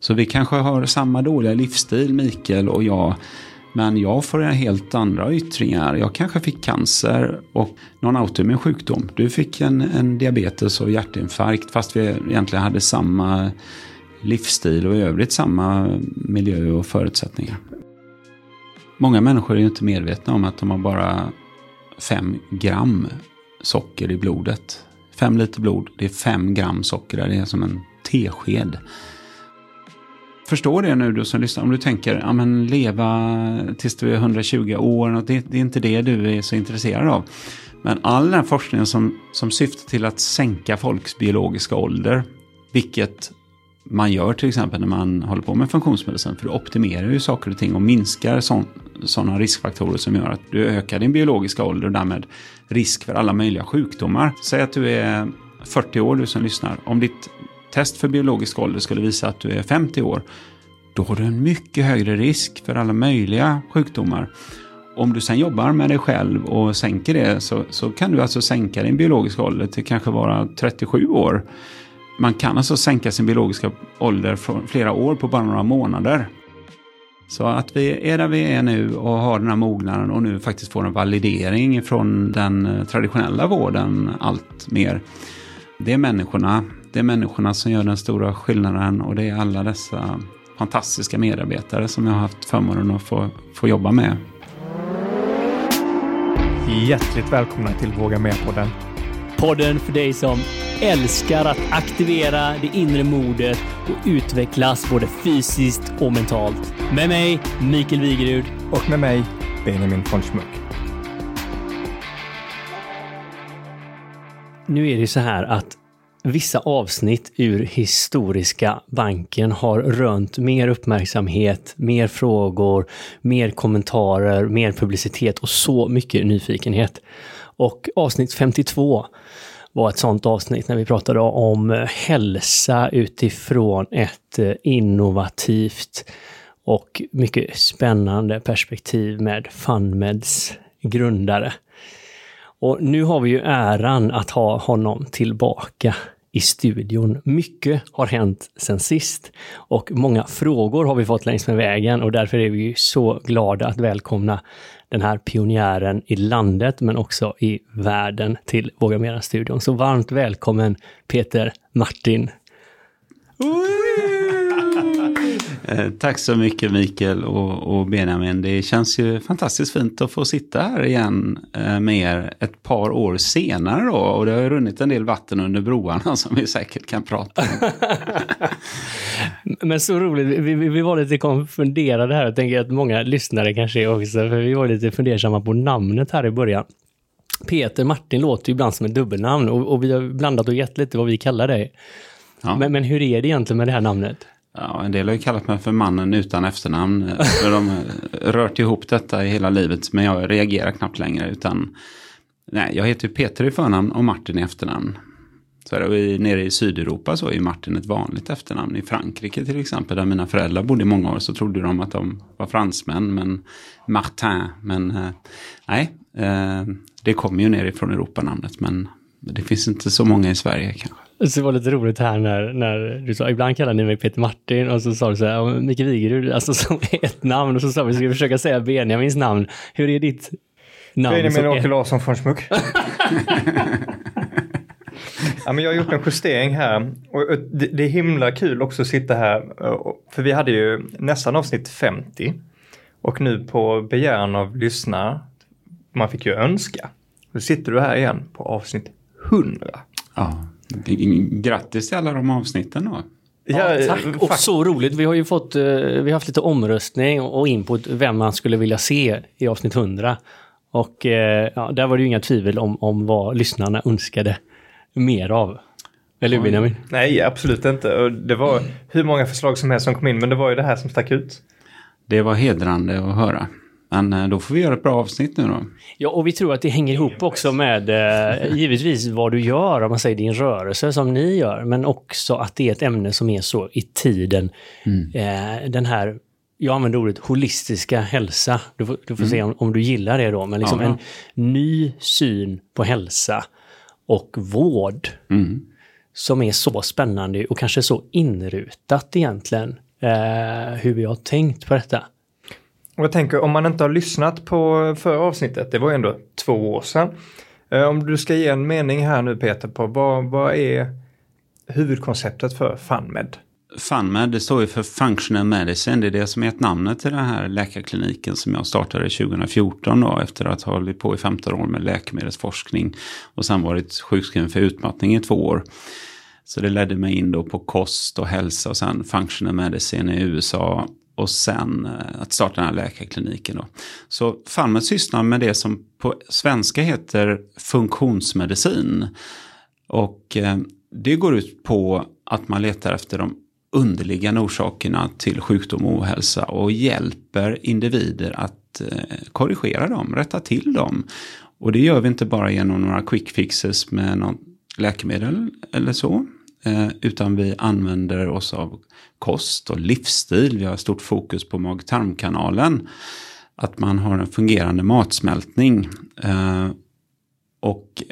Så vi kanske har samma dåliga livsstil, Mikael och jag. Men jag får helt andra yttringar. Jag kanske fick cancer och någon autoimmun sjukdom. Du fick en diabetes och hjärtinfarkt fast vi egentligen hade samma livsstil och i övrigt samma miljö och förutsättningar. Många människor är ju inte medvetna om att de har bara 5 gram socker i blodet. 5 liter blod, det är 5 gram socker där, det är som en tesked. Förstår det nu du som lyssnar, om du tänker ja, men leva tills du är 120 år, det är inte det du är så intresserad av. Men all den här forskningen som syftar till att sänka folks biologiska ålder, vilket man gör till exempel när man håller på med funktionsmedicin, för du optimerar ju saker och ting och minskar sådana riskfaktorer som gör att du ökar din biologiska ålder och därmed risk för alla möjliga sjukdomar. Säg att du är 40 år du som lyssnar. Om ditt test för biologisk ålder skulle visa att du är 50 år, då har du en mycket högre risk för alla möjliga sjukdomar. Om du sen jobbar med dig själv och sänker det så kan du alltså sänka din biologiska ålder till kanske vara 37 år. Man kan alltså sänka sin biologiska ålder från flera år på bara några månader. Så att vi är där vi är nu och har den här mognaden och nu faktiskt får en validering från den traditionella vården allt mer. Det är människorna som gör den stora skillnaden och det är alla dessa fantastiska medarbetare som jag har haft förmånen att få jobba med. Hjärtligt välkomna till Våga Med-podden. Podden för dig som älskar att aktivera det inre modet och utvecklas både fysiskt och mentalt. Med mig, Mikael Wigerud. Och med mig, Benjamin von Schmuck. Nu är det så här att vissa avsnitt ur Historiska banken har rönt mer uppmärksamhet, mer frågor, mer kommentarer, mer publicitet och så mycket nyfikenhet. Och avsnitt 52 var ett sånt avsnitt när vi pratade om hälsa utifrån ett innovativt och mycket spännande perspektiv med FunMeds grundare. Och nu har vi ju äran att ha honom tillbaka i studion. Mycket har hänt sen sist och många frågor har vi fått längs med vägen och därför är vi ju så glada att välkomna den här pionjären i landet men också i världen till Våga Mera-studion. Så varmt välkommen Peter Martin. Tack så mycket Mikael och Benjamin. Det känns ju fantastiskt fint att få sitta här igen med er ett par år senare då. Och det har ju runnit en del vatten under broarna som vi säkert kan prata om. Men så roligt, vi var lite konfunderade här. Jag tänker att många lyssnare kanske är också, för vi var lite fundersamma på namnet här i början. Peter Martin låter ju ibland som ett dubbelnamn och vi har blandat och gett lite vad vi kallar dig. Ja. Men hur är det egentligen med det här namnet? Ja, en del har ju kallat mig för mannen utan efternamn. För de har rört ihop detta i hela livet. Men jag reagerar knappt längre. Nej, jag heter Peter i förnamn och Martin i efternamn. Så nere i Sydeuropa så är Martin ett vanligt efternamn. I Frankrike till exempel, där mina föräldrar bodde i många år, så trodde de att de var fransmän. Men Martin. Men nej, det kommer ju ner ifrån Europa-namnet. Men det finns inte så många i Sverige kanske. Så det var lite roligt här när du sa, ibland kallar ni mig Peter Martin och så sa du så här, Mikael Wigerud, alltså som ett namn, och så sa vi, ska vi försöka säga Benjamins namn. Hur är ditt namn? Benjamin Åke Larsson von Schmuck. Ja, men jag har gjort en justering här och det är himla kul också att sitta här, för vi hade ju nästan avsnitt 50 och nu på begäran av lyssnare, man fick ju önska. Nu sitter du här igen på avsnitt 100. Ja. Grattis till alla de avsnitten då. Ja, tack. Och så roligt. Vi har ju vi har haft lite omröstning och input vem man skulle vilja se i avsnitt 100. Och där var det ju inga tvivel om vad lyssnarna önskade mer av. Eller hur, Benjamin? Nej, absolut inte. Och det var hur många förslag som helst som kom in, men det var ju det här som stack ut. Det var hedrande att höra. Men då får vi göra ett bra avsnitt nu då. Ja, och vi tror att det hänger ihop också med givetvis vad du gör, om man säger din rörelse som ni gör, men också att det är ett ämne som är så i tiden. Den här, jag använder ordet holistiska hälsa. Du får se om du gillar det då, men liksom en ny syn på hälsa och vård som är så spännande och kanske så inrutat egentligen hur vi har tänkt på detta. Och jag tänker, om man inte har lyssnat på förra avsnittet, det var ju ändå 2 år sedan. Om du ska ge en mening här nu, Peter, på vad är huvudkonceptet för FunMed? FunMed, det står ju för Functional Medicine. Det är det som är ett namnet till den här läkarkliniken som jag startade 2014 då, efter att ha hållit på i 15 år med läkemedelsforskning och sen varit sjukskriven för utmattning i 2 år. Så det ledde mig in då på kost och hälsa och sen Functional Medicine i USA och sen att starta den här läkarkliniken då. Så FunMed sysslar med det som på svenska heter funktionsmedicin. Och det går ut på att man letar efter de underliggande orsakerna till sjukdom och ohälsa och hjälper individer att korrigera dem, rätta till dem. Och det gör vi inte bara genom några quick fixes med något läkemedel eller så, utan vi använder oss av kost och livsstil. Vi har stort fokus på mag-tarmkanalen, att man har en fungerande matsmältning och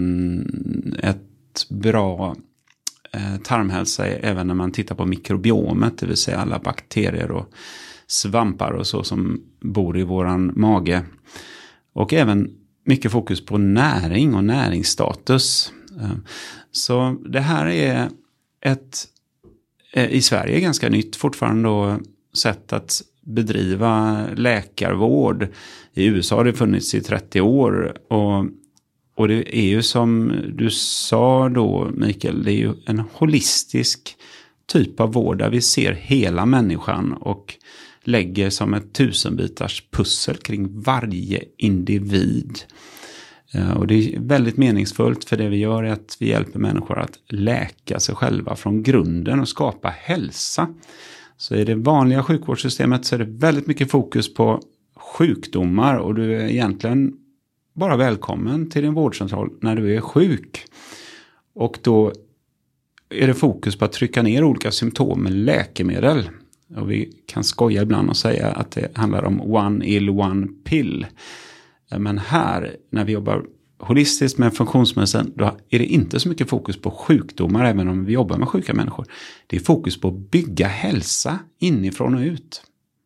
ett bra tarmhälsa även när man tittar på mikrobiomet, det vill säga alla bakterier och svampar och så som bor i våran mage. Och även mycket fokus på näring och näringsstatus. Så det här är ett i Sverige ganska nytt fortfarande då, sätt att bedriva läkarvård. I USA har det funnits i 30 år och det är ju som du sa då, Mikael, det är ju en holistisk typ av vård där vi ser hela människan och lägger som ett 1000-bitars pussel kring varje individ. Och det är väldigt meningsfullt, för det vi gör är att vi hjälper människor att läka sig själva från grunden och skapa hälsa. Så i det vanliga sjukvårdssystemet så är det väldigt mycket fokus på sjukdomar och du är egentligen bara välkommen till din vårdcentral när du är sjuk. Och då är det fokus på att trycka ner olika symptom med läkemedel. Och vi kan skoja ibland och säga att det handlar om one ill, one pill. Men här, när vi jobbar holistiskt med funktionsmedicin, då är det inte så mycket fokus på sjukdomar, även om vi jobbar med sjuka människor. Det är fokus på att bygga hälsa inifrån och ut.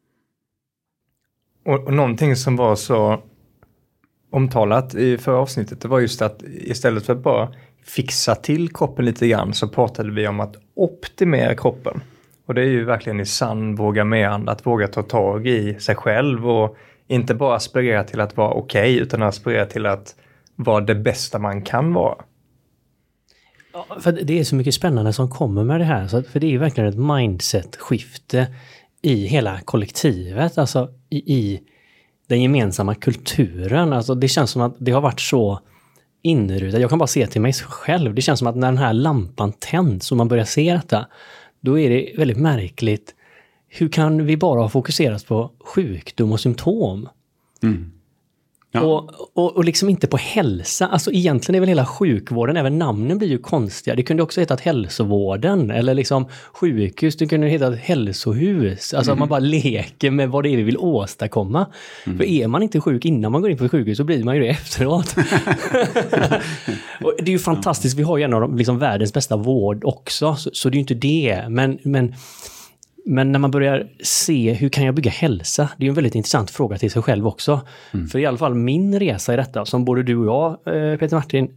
Och någonting som var så omtalat i förra avsnittet, det var just att istället för att bara fixa till kroppen lite grann så pratade vi om att optimera kroppen. Och det är ju verkligen i sann våga med att våga ta tag i sig själv och inte bara aspirera till att vara okej, utan aspirera till att vara det bästa man kan vara. Ja, för det är så mycket spännande som kommer med det här. För det är ju verkligen ett mindset-skifte i hela kollektivet. Alltså i den gemensamma kulturen. Alltså det känns som att det har varit så inrutat. Jag kan bara se till mig själv. Det känns som att när den här lampan tänds och man börjar se detta, då är det väldigt märkligt. Hur kan vi bara ha fokuserat på sjukdom och symptom? Mm. Ja. Och liksom inte på hälsa. Alltså egentligen är väl hela sjukvården, även namnen blir ju konstiga. Det kunde också hetat hälsovården eller liksom sjukhus. Det kunde heta hälsohus. Alltså att man bara leker med vad det är vi vill åstadkomma. För är man inte sjuk innan man går in på sjukhus så blir man ju det efteråt. Och det är ju fantastiskt. Vi har ju en av de, liksom, världens bästa vård också. Så det är ju inte det. Men när man börjar se hur kan jag bygga hälsa, det är ju en väldigt intressant fråga till sig själv också. För i alla fall min resa i detta, som både du och jag, Peter Martin,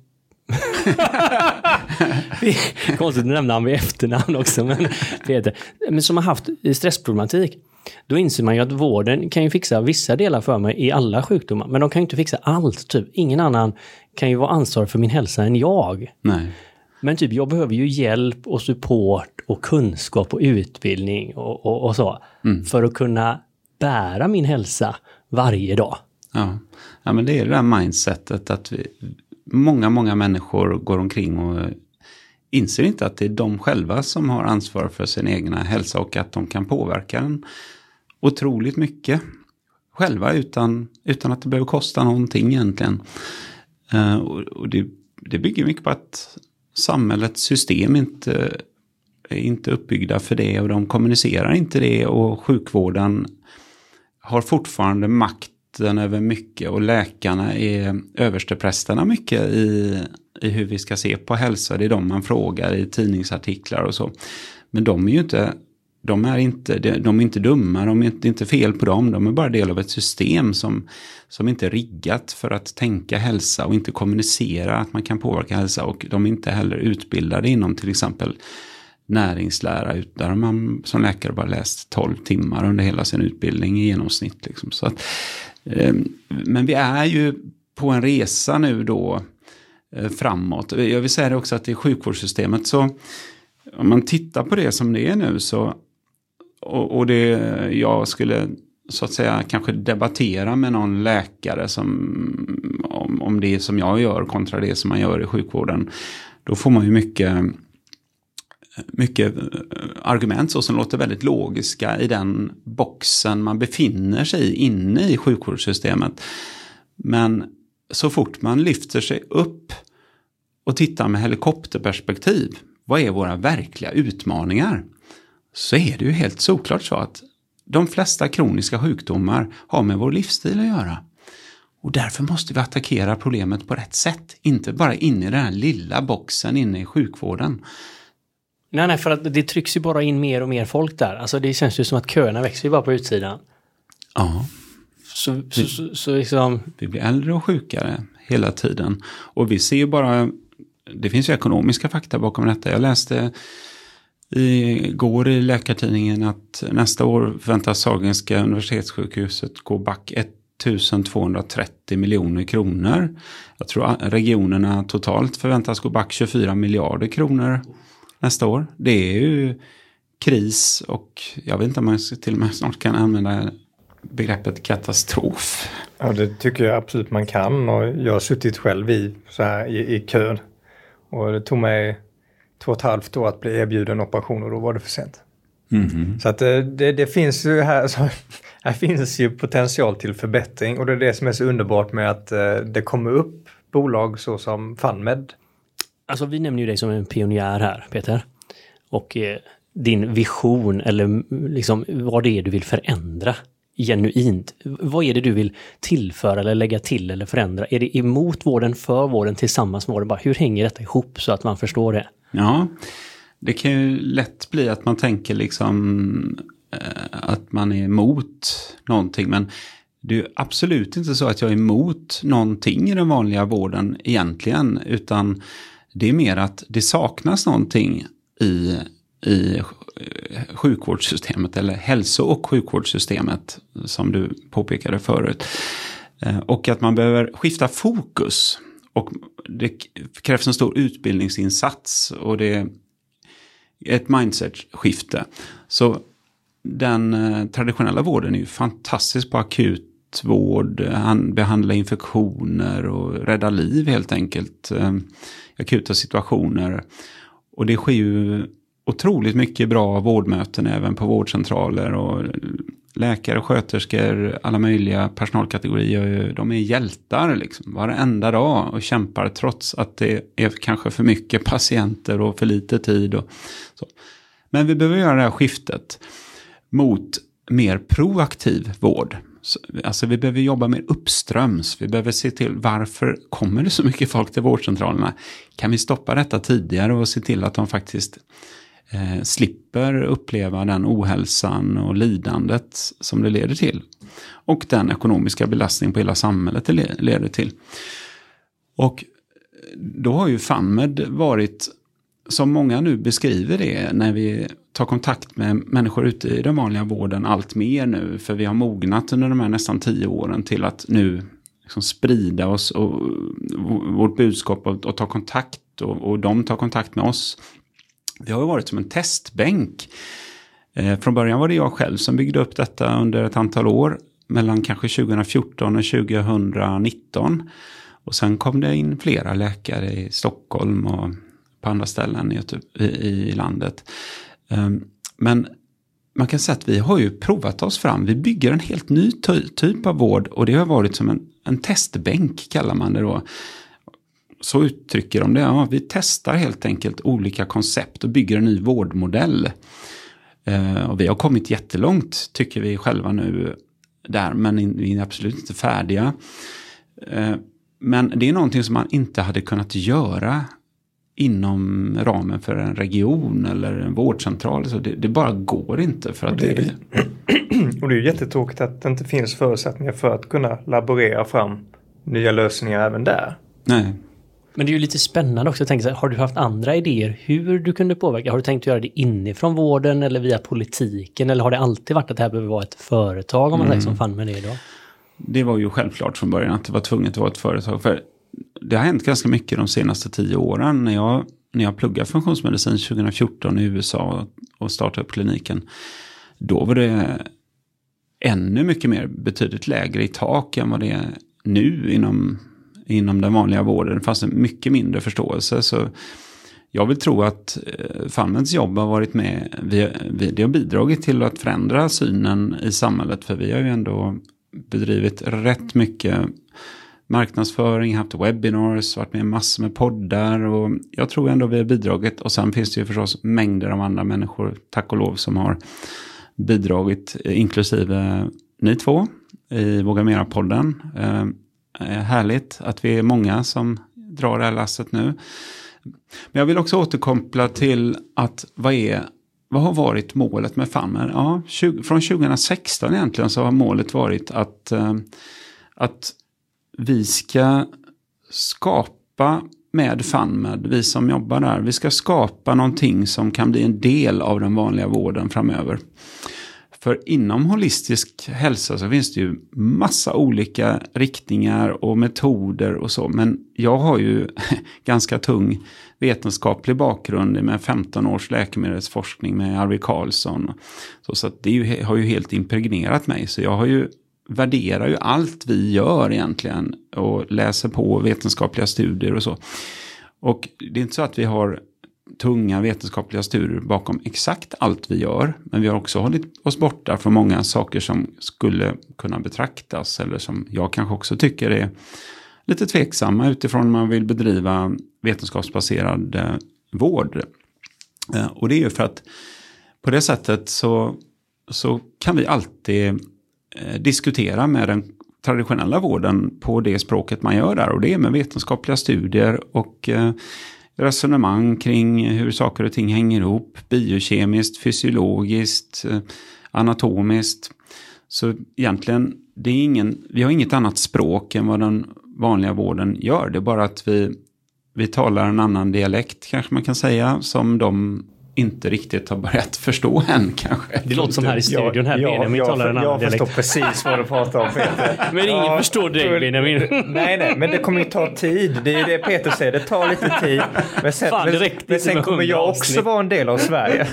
det är konstigt att nämna han vid efternamn också, men Peter, men som har haft stressproblematik, då inser man ju att vården kan ju fixa vissa delar för mig i alla sjukdomar, men de kan ju inte fixa allt. Typ ingen annan kan ju vara ansvarig för min hälsa än jag. Nej. Men typ jag behöver ju hjälp och support och kunskap och utbildning och så. För att kunna bära min hälsa varje dag. Ja, men det är det där mindsetet att många människor går omkring och inser inte att det är de själva som har ansvar för sin egna hälsa och att de kan påverka den otroligt mycket själva utan att det behöver kosta någonting egentligen. Och det bygger mycket på att samhällets system är inte uppbyggda för det och de kommunicerar inte det, och sjukvården har fortfarande makten över mycket och läkarna är översteprästerna mycket i hur vi ska se på hälsa. Det är de man frågar i tidningsartiklar och så. Men de är ju inte de är inte dumma, det är inte fel på dem. De är bara del av ett system som inte är riggat för att tänka hälsa och inte kommunicera att man kan påverka hälsa. Och de är inte heller utbildade inom till exempel näringslära, där man som läkare bara läst 12 timmar under hela sin utbildning i genomsnitt. Liksom. Så att, men vi är ju på en resa nu då framåt. Jag vill säga det också att i sjukvårdssystemet, så om man tittar på det som det är nu, så och det jag skulle så att säga kanske debattera med någon läkare om det som jag gör kontra det som man gör i sjukvården, då får man ju mycket argument som låter väldigt logiska i den boxen man befinner sig inne i sjukvårdssystemet. Men så fort man lyfter sig upp och tittar med helikopterperspektiv, vad är våra verkliga utmaningar? Så är det ju helt såklart så att de flesta kroniska sjukdomar har med vår livsstil att göra. Och därför måste vi attackera problemet på rätt sätt. Inte bara in i den här lilla boxen inne i sjukvården. Nej, för att det trycks ju bara in mer och mer folk där. Alltså det känns ju som att köerna växer ju bara på utsidan. Ja. Så liksom... Vi blir äldre och sjukare hela tiden. Och vi ser ju bara... Det finns ju ekonomiska fakta bakom detta. Jag läste igår i Läkartidningen att nästa år förväntas Sahlgrenska universitetssjukhuset gå back 1230 miljoner kronor. Jag tror regionerna totalt förväntas gå back 24 miljarder kronor nästa år. Det är ju kris, och jag vet inte om man till och med snart kan använda begreppet katastrof. Ja, det tycker jag absolut man kan, och jag har suttit själv i kön, och det tog mig 2,5 år att bli erbjuden operation, och då var det för sent. Mm-hmm. Så att det finns ju här finns ju potential till förbättring, och det är det som är så underbart med att det kommer upp bolag så som FunMed. Alltså vi nämner ju dig som en pionjär här, Peter. Och din vision, eller liksom vad det är du vill förändra genuint. Vad är det du vill tillföra eller lägga till eller förändra? Är det emot vården, för vården, tillsammans med vården? Bara, hur hänger detta ihop så att man förstår det? Ja, det kan ju lätt bli att man tänker liksom att man är emot någonting, men det är absolut inte så att jag är emot någonting i den vanliga vården egentligen, utan det är mer att det saknas någonting i sjukvårdssystemet, eller hälso- och sjukvårdssystemet som du påpekade förut. Och att man behöver skifta fokus, och det krävs en stor utbildningsinsats, och det är ett mindset-skifte. Så den traditionella vården är ju fantastisk på akutvård, behandla infektioner och rädda liv helt enkelt, akuta situationer. Och det sker ju otroligt mycket bra vårdmöten även på vårdcentraler, och läkare, sköterskor, alla möjliga personalkategorier, de är hjältar liksom varenda dag och kämpar trots att det är kanske för mycket patienter och för lite tid och så. Men vi behöver göra det här skiftet mot mer proaktiv vård. Alltså vi behöver jobba mer uppströms. Vi behöver se till varför kommer det så mycket folk till vårdcentralerna. Kan vi stoppa detta tidigare och se till att de faktiskt slipper uppleva den ohälsan och lidandet som det leder till. Och den ekonomiska belastning på hela samhället det leder till. Och då har ju FunMed varit, som många nu beskriver det, när vi tar kontakt med människor ute i den vanliga vården allt mer nu. För vi har mognat under de här nästan 10 åren till att nu liksom sprida oss och vårt budskap och ta kontakt, och de tar kontakt med oss. Det har ju varit som en testbänk. Från början var det jag själv som byggde upp detta under ett antal år. Mellan kanske 2014 och 2019. Och sen kom det in flera läkare i Stockholm och på andra ställen i landet. Men man kan säga att vi har ju provat oss fram. Vi bygger en helt ny typ av vård, och det har varit som en testbänk kallar man det då. Så uttrycker de det. Ja, vi testar helt enkelt olika koncept och bygger en ny vårdmodell. Och vi har kommit jättelångt tycker vi själva nu där, men vi är absolut inte färdiga. Men det är någonting som man inte hade kunnat göra inom ramen för en region eller en vårdcentral. Så det bara går inte. För att och det är ju jättetråkigt att det inte finns förutsättningar för att kunna laborera fram nya lösningar även där. Nej. Men det är ju lite spännande också att tänka sig, har du haft andra idéer hur du kunde påverka? Har du tänkt att göra det inifrån vården eller via politiken? Eller har det alltid varit att det här behöver vara ett företag om man säger som fan med det idag? Det var ju självklart från början att det var tvunget att vara ett företag. För det har hänt ganska mycket de senaste 10 åren. När jag pluggade funktionsmedicin 2014 i USA och startade upp kliniken. Då var det ännu mycket mer betydligt lägre i tak än vad det är nu inom den vanliga vården. Det fanns en mycket mindre förståelse. Så jag vill tro att FunMeds jobb har varit med. Det har bidragit till att förändra synen i samhället. För vi har ju ändå bedrivit rätt mycket marknadsföring, haft webinars, varit med massor med poddar. Och jag tror ändå vi har bidragit. Och sen finns det ju förstås mängder av andra människor, tack och lov, som har bidragit, inklusive ni två i Våga Mera-podden. Härligt att vi är många som drar det här lasset nu. Men jag vill också återkoppla till att vad har varit målet med FunMed? Ja, från 2016 egentligen så har målet varit att vi ska skapa med FunMed, vi som jobbar där, vi ska skapa någonting som kan bli en del av den vanliga vården framöver. För inom holistisk hälsa så finns det ju massa olika riktningar och metoder och så. Men jag har ju ganska tung vetenskaplig bakgrund med 15 års läkemedelsforskning med Arvid Carlsson. Så att det har ju helt impregnerat mig. Så jag värderar ju allt vi gör egentligen och läser på vetenskapliga studier och så. Och det är inte så att vi har tunga vetenskapliga studier bakom exakt allt vi gör. Men vi har också hållit oss borta från många saker som skulle kunna betraktas eller som jag kanske också tycker är lite tveksamma utifrån om man vill bedriva vetenskapsbaserad vård. Och det är ju för att på det sättet så kan vi alltid diskutera med den traditionella vården på det språket man gör där. Och det är med vetenskapliga studier och resonemang kring hur saker och ting hänger ihop, biokemiskt, fysiologiskt, anatomiskt. Så egentligen, vi har inget annat språk än vad den vanliga vården gör. Det är bara att vi talar en annan dialekt, kanske man kan säga, som de inte riktigt har börjat förstå än kanske. Det låter som här i studion här, Benjamin talar en annan dialekt. Jag förstår precis vad du pratar om, Peter. Men ingen förstår dig, Benjamin. Nej, men det kommer ju ta tid. Det är ju det Peter säger, det tar lite tid. Men sen kommer jag också vara en del av Sverige.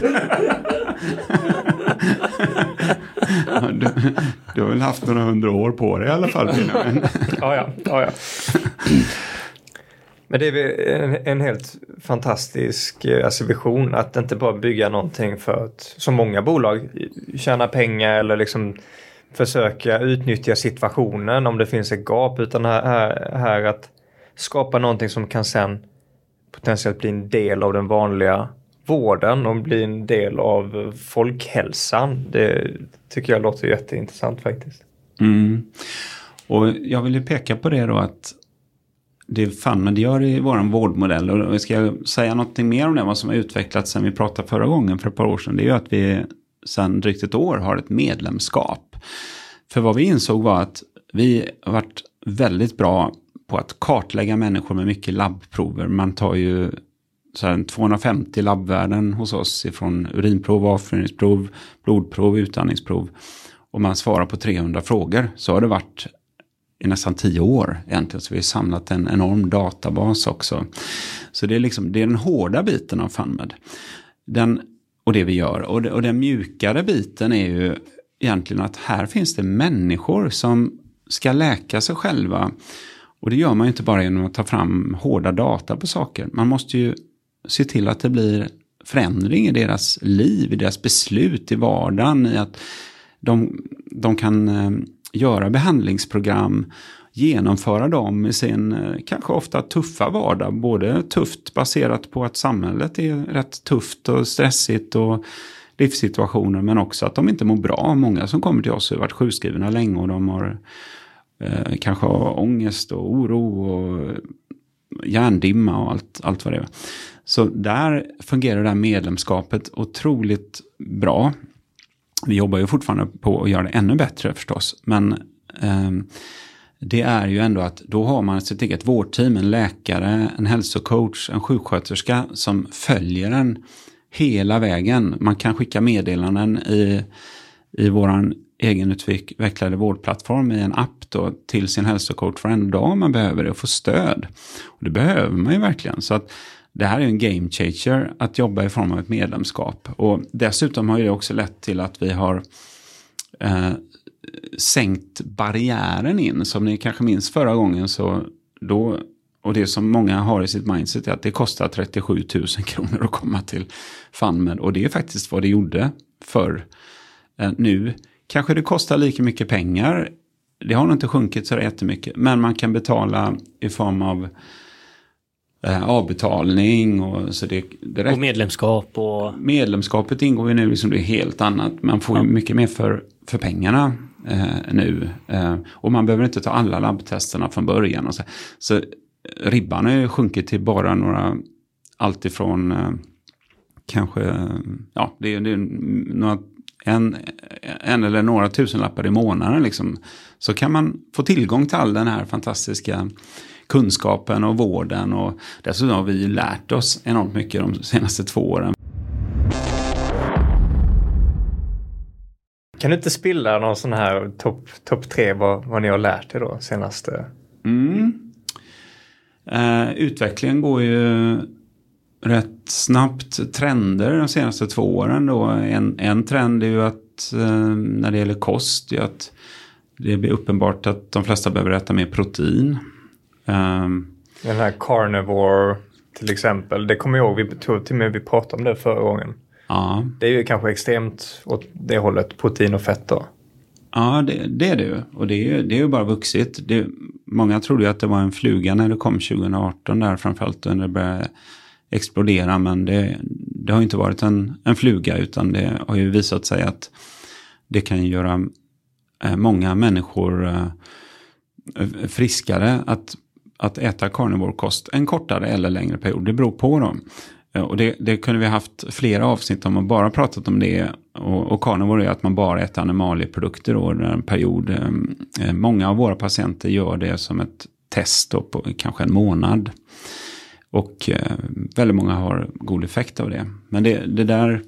Du har väl haft några 100 år på dig i alla fall, Benjamin. Ja. Men det är en helt fantastisk vision att inte bara bygga någonting för att, som många bolag, tjäna pengar eller liksom försöka utnyttja situationen om det finns ett gap, utan här att skapa någonting som kan sen potentiellt bli en del av den vanliga vården och bli en del av folkhälsan. Det tycker jag låter jätteintressant faktiskt. Och jag vill ju peka på det då att det FunMed gör i vår vårdmodell, och vi ska säga något mer om det, vad som har utvecklats sen vi pratade förra gången för ett par år sedan, det är ju att vi sedan drygt ett år har ett medlemskap. För vad vi insåg var att vi har varit väldigt bra på att kartlägga människor med mycket labbprover. Man tar ju 250 labbvärden hos oss ifrån urinprov, avföringsprov, blodprov, utandningsprov, och man svarar på 300 frågor. Så har det varit i nästan 10 år egentligen, så vi har samlat en enorm databas också. Så det är den hårda biten av FunMed. Och det vi gör. Och den mjukare biten är ju egentligen att här finns det människor som ska läka sig själva. Och det gör man ju inte bara genom att ta fram hårda data på saker. Man måste ju se till att det blir förändring i deras liv, i deras beslut i vardagen, i att de kan göra behandlingsprogram, genomföra dem i sin kanske ofta tuffa vardag. Både tufft baserat på att samhället är rätt tufft och stressigt och livssituationer, men också att de inte mår bra. Många som kommer till oss har varit sjukskrivna länge och de har kanske ångest och oro och hjärndimma och allt vad det är. Så där fungerar det här medlemskapet otroligt bra. Vi jobbar ju fortfarande på att göra det ännu bättre förstås. Men det är ju ändå att då har man sitt eget vårdteam, en läkare, en hälsocoach, en sjuksköterska som följer en hela vägen. Man kan skicka meddelanden i våran egenutvecklade vårdplattform i en app då, till sin hälsocoach varenda dag man behöver det och få stöd. Och det behöver man ju verkligen. Så att det här är en game changer att jobba i form av ett medlemskap. Och dessutom har det också lett till att vi har sänkt barriären in. Som ni kanske minns förra gången så då, och det som många har i sitt mindset är att det kostar 37 000 kronor att komma till FunMed. Och det är faktiskt vad det gjorde förr. Nu kanske det kostar lika mycket pengar. Det har nog inte sjunkit så jättemycket. Men man kan betala i form av avbetalning och så det och medlemskap och medlemskapet ingår ju nu liksom det är helt annat. Man får ju mycket mer för pengarna nu och man behöver inte ta alla labbtesterna från början och så ribban har ju sjunkit till bara några allt ifrån kanske det är några en eller några tusenlappar i månaden liksom, så kan man få tillgång till all den här fantastiska kunskapen och vården och dessutom har vi lärt oss enormt mycket de senaste 2 åren. Kan du inte spilla någon sån här topp 3 vad ni har lärt er då senaste? Utvecklingen går ju rätt snabbt. Trender de senaste 2 åren då. En trend är ju att när det gäller kost är att det blir uppenbart att de flesta behöver äta mer protein. Den här carnivore till exempel, det kommer jag ihåg vi pratade om det förra gången. Ja. Det är ju kanske extremt åt det hållet, protein och fett då. Ja, det är det ju. Och det är ju bara vuxit. Många trodde ju att det var en fluga när det kom 2018 där framförallt när det började explodera. Men det har ju inte varit en fluga utan det har ju visat sig att det kan göra många människor friskare att äta carnivore-kost en kortare eller längre period. Det beror på dem. Och det kunde vi haft flera avsnitt om och bara pratat om det. Och carnivore är att man bara äter animalieprodukter då under en period. Många av våra patienter gör det som ett test då på kanske en månad. Och väldigt många har god effekt av det. Men det där,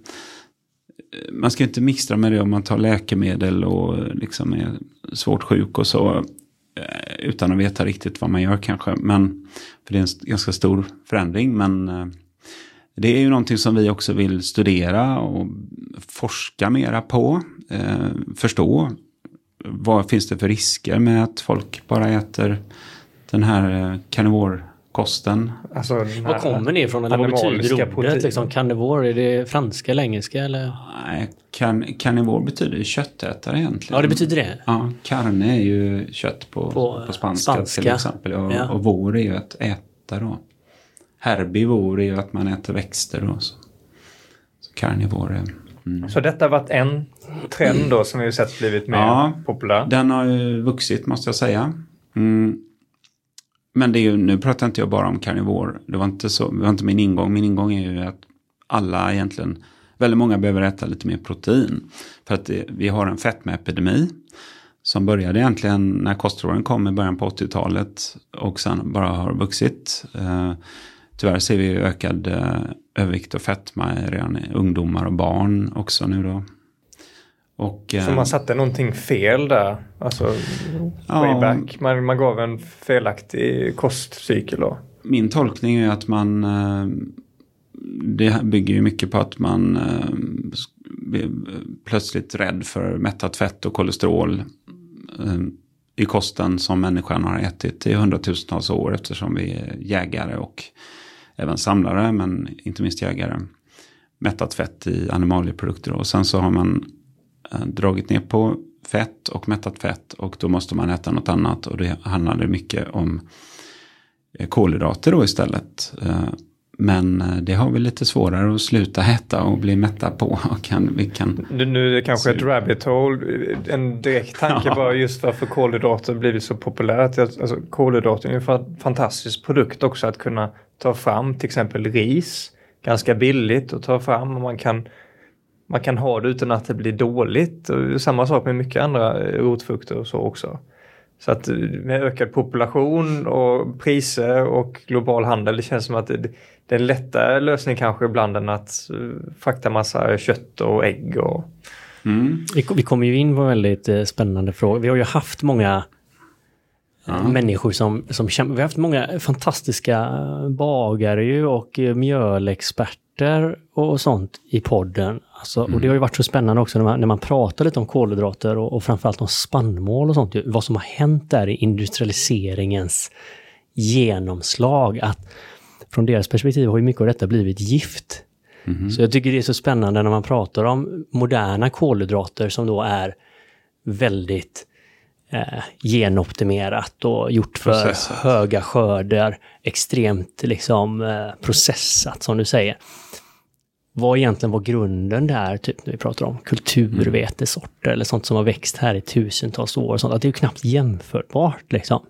man ska inte mixtra med det om man tar läkemedel och liksom är svårt sjuk och så. Utan att veta riktigt vad man gör kanske. Men, för det är en ganska stor förändring. Men det är ju någonting som vi också vill studera och forska mera på. Förstå vad finns det för risker med att folk bara äter den här carnivore-kosten. Alltså vad kommer det ifrån? Eller vad betyder ordet? Liksom, carnivore, är det franska eller engelska? Eller? Nej, carnivore betyder ju köttätare egentligen. Ja, det betyder det. Ja, carne är ju kött på spanska till exempel. Och vore är ju att äta då. Herbivore är ju att man äter växter då. Så carnivore. Så detta har varit en trend då som vi har sett blivit mer populär? Den har ju vuxit måste jag säga. Men det är ju, nu pratar inte jag bara om carnivore. Det var inte min ingång. Min ingång är ju att alla egentligen, väldigt många behöver äta lite mer protein. För att vi har en fetmaepidemi som började egentligen när kostråden kom i början på 80-talet och sen bara har vuxit. Tyvärr ser vi ökad övervikt och fetma redan i ungdomar och barn också nu då. Och, så man satte någonting fel där, alltså way back. Man gav en felaktig kostcykel då. Min tolkning är att man, det bygger ju mycket på att man blir plötsligt rädd för mättat fett och kolesterol i kosten som människan har ätit i hundratusentals år eftersom vi är jägare och även samlare, men inte minst jägare. Mättat fett i animalieprodukter och sen så har man dragit ner på fett och mättat fett och då måste man äta något annat och det handlade mycket om kolhydrater då istället. Men det har vi lite svårare att sluta äta och bli mätta på. Nu är det kanske ett rabbit hole, en direkt tanke bara just varför kolhydrater blivit så populärt. Alltså, kolhydrater är ju en fantastisk produkt också att kunna ta fram, till exempel ris. Ganska billigt att ta fram och man kan ha det utan att det blir dåligt. Och samma sak med mycket andra rotfrukter och så också. Så att med ökad population och priser och global handel, det känns som att det är en lättare lösning kanske ibland än att frakta massa kött och ägg. Vi kommer ju in på en väldigt spännande fråga. Vi har ju haft många människor som kämpar. Vi har haft många fantastiska bagare ju och mjölexperter och sånt i podden. Alltså, och det har ju varit så spännande också när man pratar lite om kolhydrater och framförallt om spannmål och sånt. Vad som har hänt där i industrialiseringens genomslag. Att från deras perspektiv har ju mycket av detta blivit gift. Så jag tycker det är så spännande när man pratar om moderna kolhydrater som då är väldigt genoptimerat och gjort för höga skörder, extremt processat som du säger. Vad egentligen var grunden där, typ när vi pratar om kulturvetesorter eller sånt som har växt här i tusentals år och sånt, att det är ju knappt jämförbart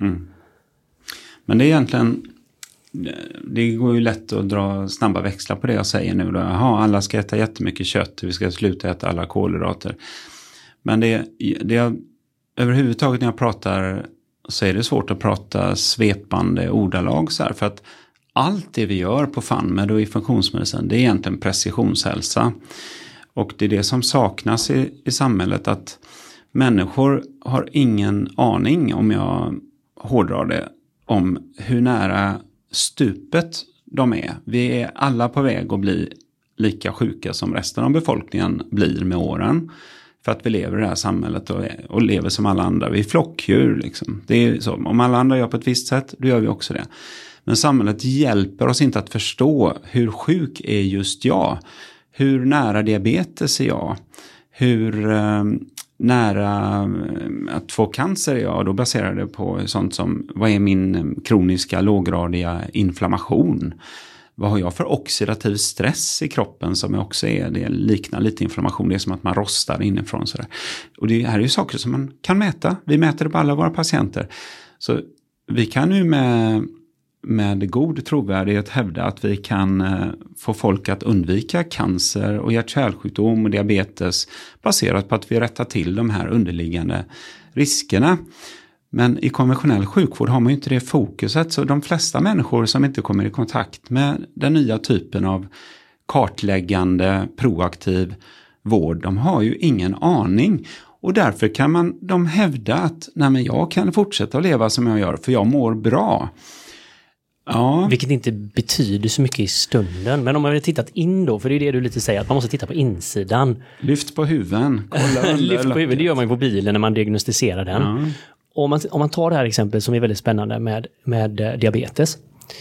Men det är egentligen, det går ju lätt att dra snabba växlar på det jag säger nu då. Alla ska äta jättemycket kött, vi ska sluta äta alla kolhydrater. Men det överhuvudtaget när jag pratar så är det svårt att prata svepande ordalag så här, för att allt det vi gör på FunMed och i funktionsmedicin, det är egentligen precisionshälsa. Och det är det som saknas i samhället, att människor har ingen aning, om jag hårdrar det, om hur nära stupet de är. Vi är alla på väg att bli lika sjuka som resten av befolkningen blir med åren. För att vi lever i det här samhället och lever som alla andra. Vi är flockdjur . Det är så. Om alla andra gör på ett visst sätt, då gör vi också det. Men samhället hjälper oss inte att förstå hur sjuk är just jag. Hur nära diabetes är jag. Hur nära att få cancer är jag. Då baserar det på sånt som, vad är min kroniska låggradiga inflammation? Vad har jag för oxidativ stress i kroppen som också det liknar lite inflammation. Det är som att man rostar inifrån. Sådär. Och det här är ju saker som man kan mäta. Vi mäter det på alla våra patienter. Så vi kan ju med god trovärdighet hävda att vi kan få folk att undvika cancer och hjärt-kärlsjukdom och diabetes baserat på att vi rättar till de här underliggande riskerna. Men i konventionell sjukvård har man ju inte det fokuset, så de flesta människor som inte kommer i kontakt med den nya typen av kartläggande, proaktiv vård, de har ju ingen aning. Och därför kan de hävda att nej, men jag kan fortsätta att leva som jag gör för jag mår bra. Ja. Vilket inte betyder så mycket i stunden. Men om man hade tittat in då, för det är det du lite säger, att man måste titta på insidan. Lyft på huven. Lyft på huven, det gör man ju på bilen när man diagnostiserar den. Ja. Om man tar det här exemplet som är väldigt spännande med diabetes.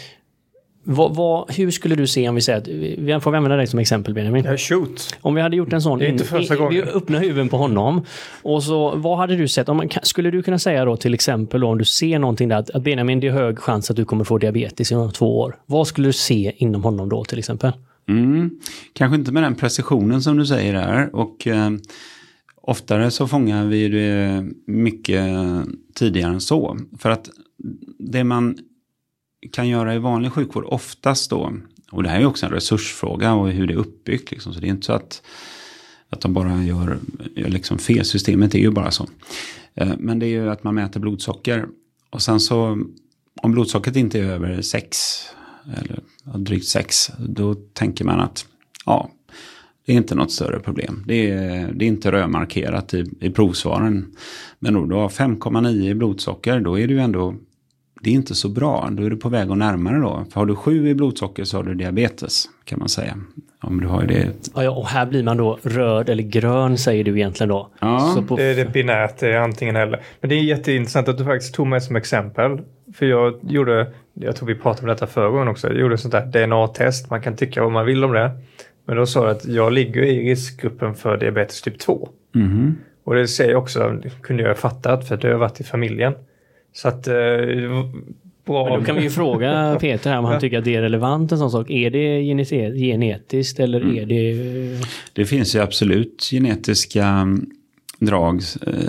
Hur skulle du se om vi säger att vi får använda dig som exempel, Benjamin? Ja, shoot. Om vi hade gjort en sån, vi öppnar huven på honom och så, vad hade du sett? Skulle du kunna säga då till exempel då, om du ser någonting där att Benjamin, det är hög chans att du kommer få diabetes inom 2 år. Vad skulle du se inom honom då till exempel? Kanske inte med den precisionen som du säger där, och oftare så fångar vi det mycket tidigare än så. För att det man kan göra i vanlig sjukvård oftast då, och det här är också en resursfråga och hur det är uppbyggt så det är inte så att de bara gör fel, systemet är ju bara så. Men det är ju att man mäter blodsocker, och sen så om blodsockret inte är över 6 eller drygt 6, då tänker man att det är inte något större problem. Det är inte rödmarkerat i provsvaren. Men då du har 5,9 i blodsocker, då är det ju ändå, det är inte så bra. Då är du på väg att närmare då. För har du 7 i blodsocker så har du diabetes, kan man säga. Om du har det. Ja, och här blir man då röd eller grön, säger du egentligen då. Ja. Så det är binärt, det är antingen eller. Men det är jätteintressant att du faktiskt tog mig som exempel. För jag tror vi pratade om detta förra gången också. Jag gjorde ett sånt där DNA-test. Man kan tycka vad man vill om det. Men då sa jag att jag ligger i riskgruppen för diabetes typ 2. Mm. Och det säger också, kunde jag ha fattat för att det har varit i familjen. Så att bra. Men då kan vi ju fråga Peter här om han tycker att det är relevant en sån sak. Är det genetiskt eller är det... Det finns ju absolut genetiska drag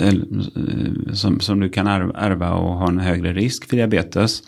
som du kan ärva och ha en högre risk för diabetes.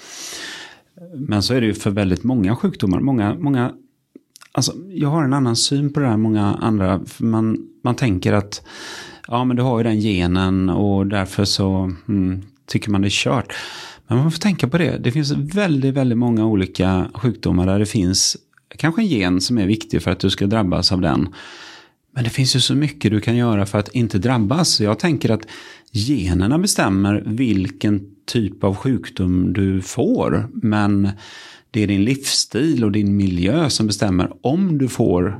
Men så är det ju för väldigt många sjukdomar. Många, alltså jag har en annan syn på det här. Många andra, för man tänker att ja, men du har ju den genen och därför så tycker man det är kört. Men man får tänka på det. Det finns väldigt, väldigt många olika sjukdomar där det finns kanske en gen som är viktig för att du ska drabbas av den. Men det finns ju så mycket du kan göra för att inte drabbas. Jag tänker att generna bestämmer vilken typ av sjukdom du får. Men det är din livsstil och din miljö som bestämmer om du får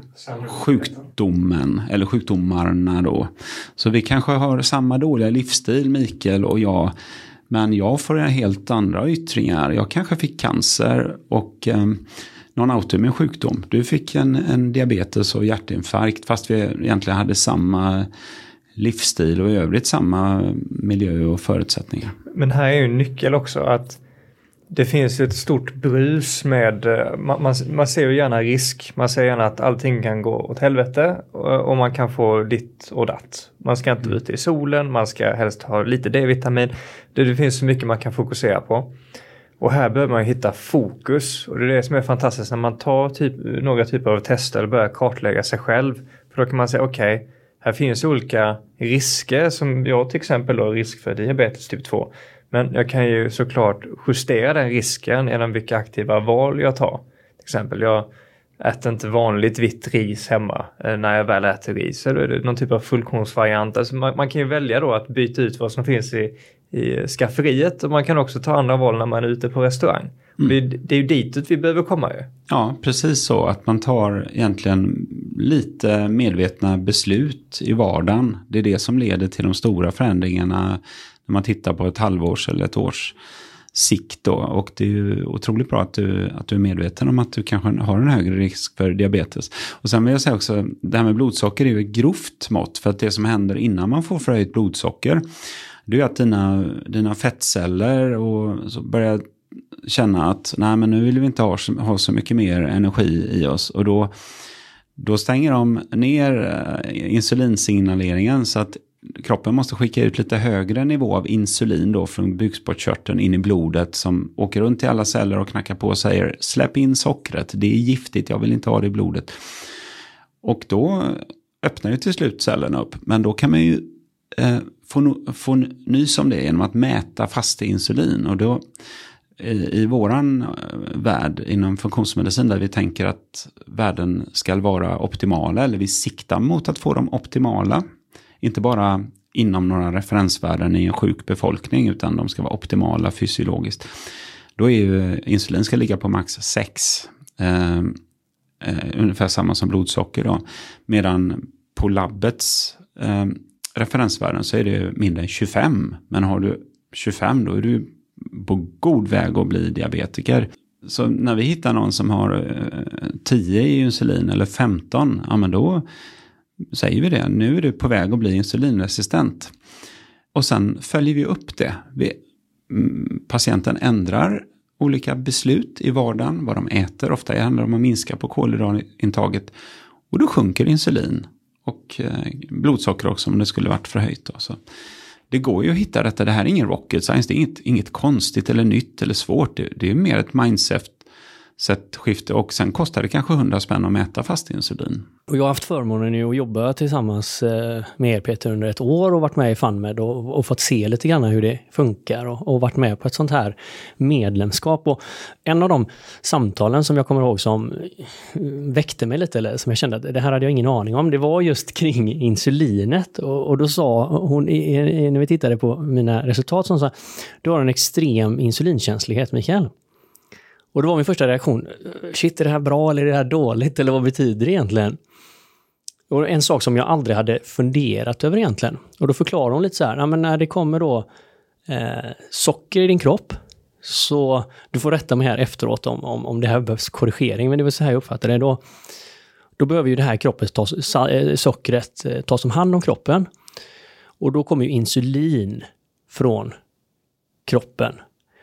sjukdomen eller sjukdomarna då. Så vi kanske har samma dåliga livsstil, Mikael och jag. Men jag får helt andra yttringar. Jag kanske fick cancer och någon autoimmun sjukdom. Du fick en diabetes och hjärtinfarkt fast vi egentligen hade samma livsstil och i övrigt samma miljö och förutsättningar. Men här är ju en nyckel också att det finns ett stort brus med, man ser ju gärna risk. Man ser gärna att allting kan gå åt helvete och man kan få ditt och datt. Man ska inte ut i solen, man ska helst ha lite D-vitamin. Det finns så mycket man kan fokusera på. Och här behöver man hitta fokus. Och det är det som är fantastiskt när man tar några typer av tester eller börjar kartlägga sig själv. För då kan man säga okej, här finns olika risker som jag till exempel har risk för diabetes typ 2. Men jag kan ju såklart justera den risken genom vilka aktiva val jag tar. Till exempel jag äter inte vanligt vitt ris hemma när jag väl äter ris. Eller är det någon typ av fullkornsvariant. Alltså man kan ju välja då att byta ut vad som finns i skafferiet. Och man kan också ta andra val när man är ute på restaurang. Det är ju ditåt vi behöver komma ju. Ja, precis så. Att man tar egentligen lite medvetna beslut i vardagen. Det är det som leder till de stora förändringarna när man tittar på ett halvårs eller ett års sikt då. Och det är ju otroligt bra att du är medveten om att du kanske har en högre risk för diabetes. Och sen vill jag säga också, det här med blodsocker är ju ett grovt mått. För att det som händer innan man får förhöjt blodsocker, det är ju att dina fettceller och så börjar känna att nej, men nu vill vi inte ha så mycket mer energi i oss. Och då stänger de ner insulinsignaleringen så att kroppen måste skicka ut lite högre nivå av insulin då från bukspottkörteln in i blodet som åker runt till alla celler och knackar på och säger släpp in sockret, det är giftigt, jag vill inte ha det i blodet. Och då öppnar ju till slut cellerna upp. Men då kan man ju få nys om det genom att mäta fast insulin. Och då i våran värld inom funktionsmedicin där vi tänker att värden ska vara optimala eller vi siktar mot att få dem optimala. Inte bara inom några referensvärden i en sjuk befolkning utan de ska vara optimala fysiologiskt. Då är ju insulin ska ligga på max 6. Ungefär samma som blodsocker då. Medan på labbets referensvärden så är det mindre än 25. Men har du 25 då är du på god väg att bli diabetiker. Så när vi hittar någon som har 10 i insulin eller 15, ja men då säger vi det. Nu är du på väg att bli insulinresistent. Och sen följer vi upp det. Patienten ändrar olika beslut i vardagen, vad de äter. Ofta handlar det om att minska på kolhydratintaget. Och då sjunker insulin och blodsocker också om det skulle varit förhöjt. Så det går ju att hitta detta. Det här är ingen rocket science. Det är inget konstigt eller nytt eller svårt. Det är mer ett mindset-skifte och sen kostar det kanske 100 spänn att mäta fast insulin. Och jag har haft förmånen att jobba tillsammans med er Peter under ett år och varit med i FunMed och fått se lite grann hur det funkar och varit med på ett sånt här medlemskap. Och en av de samtalen som jag kommer ihåg som väckte mig lite, eller som jag kände att det här hade jag ingen aning om, det var just kring insulinet. Och då sa hon, när vi tittade på mina resultat, som sa, du har en extrem insulinkänslighet, Mikael. Och då var min första reaktion, shit, är det här bra eller är det här dåligt eller vad betyder det egentligen? Och en sak som jag aldrig hade funderat över egentligen. Och då förklarar hon lite så här, men när det kommer då socker i din kropp, så du får rätta mig här efteråt om det här behövs korrigering, men det var så här jag uppfattade det. Då behöver ju det här sockret tas om hand om kroppen. Och då kommer ju insulin från kroppen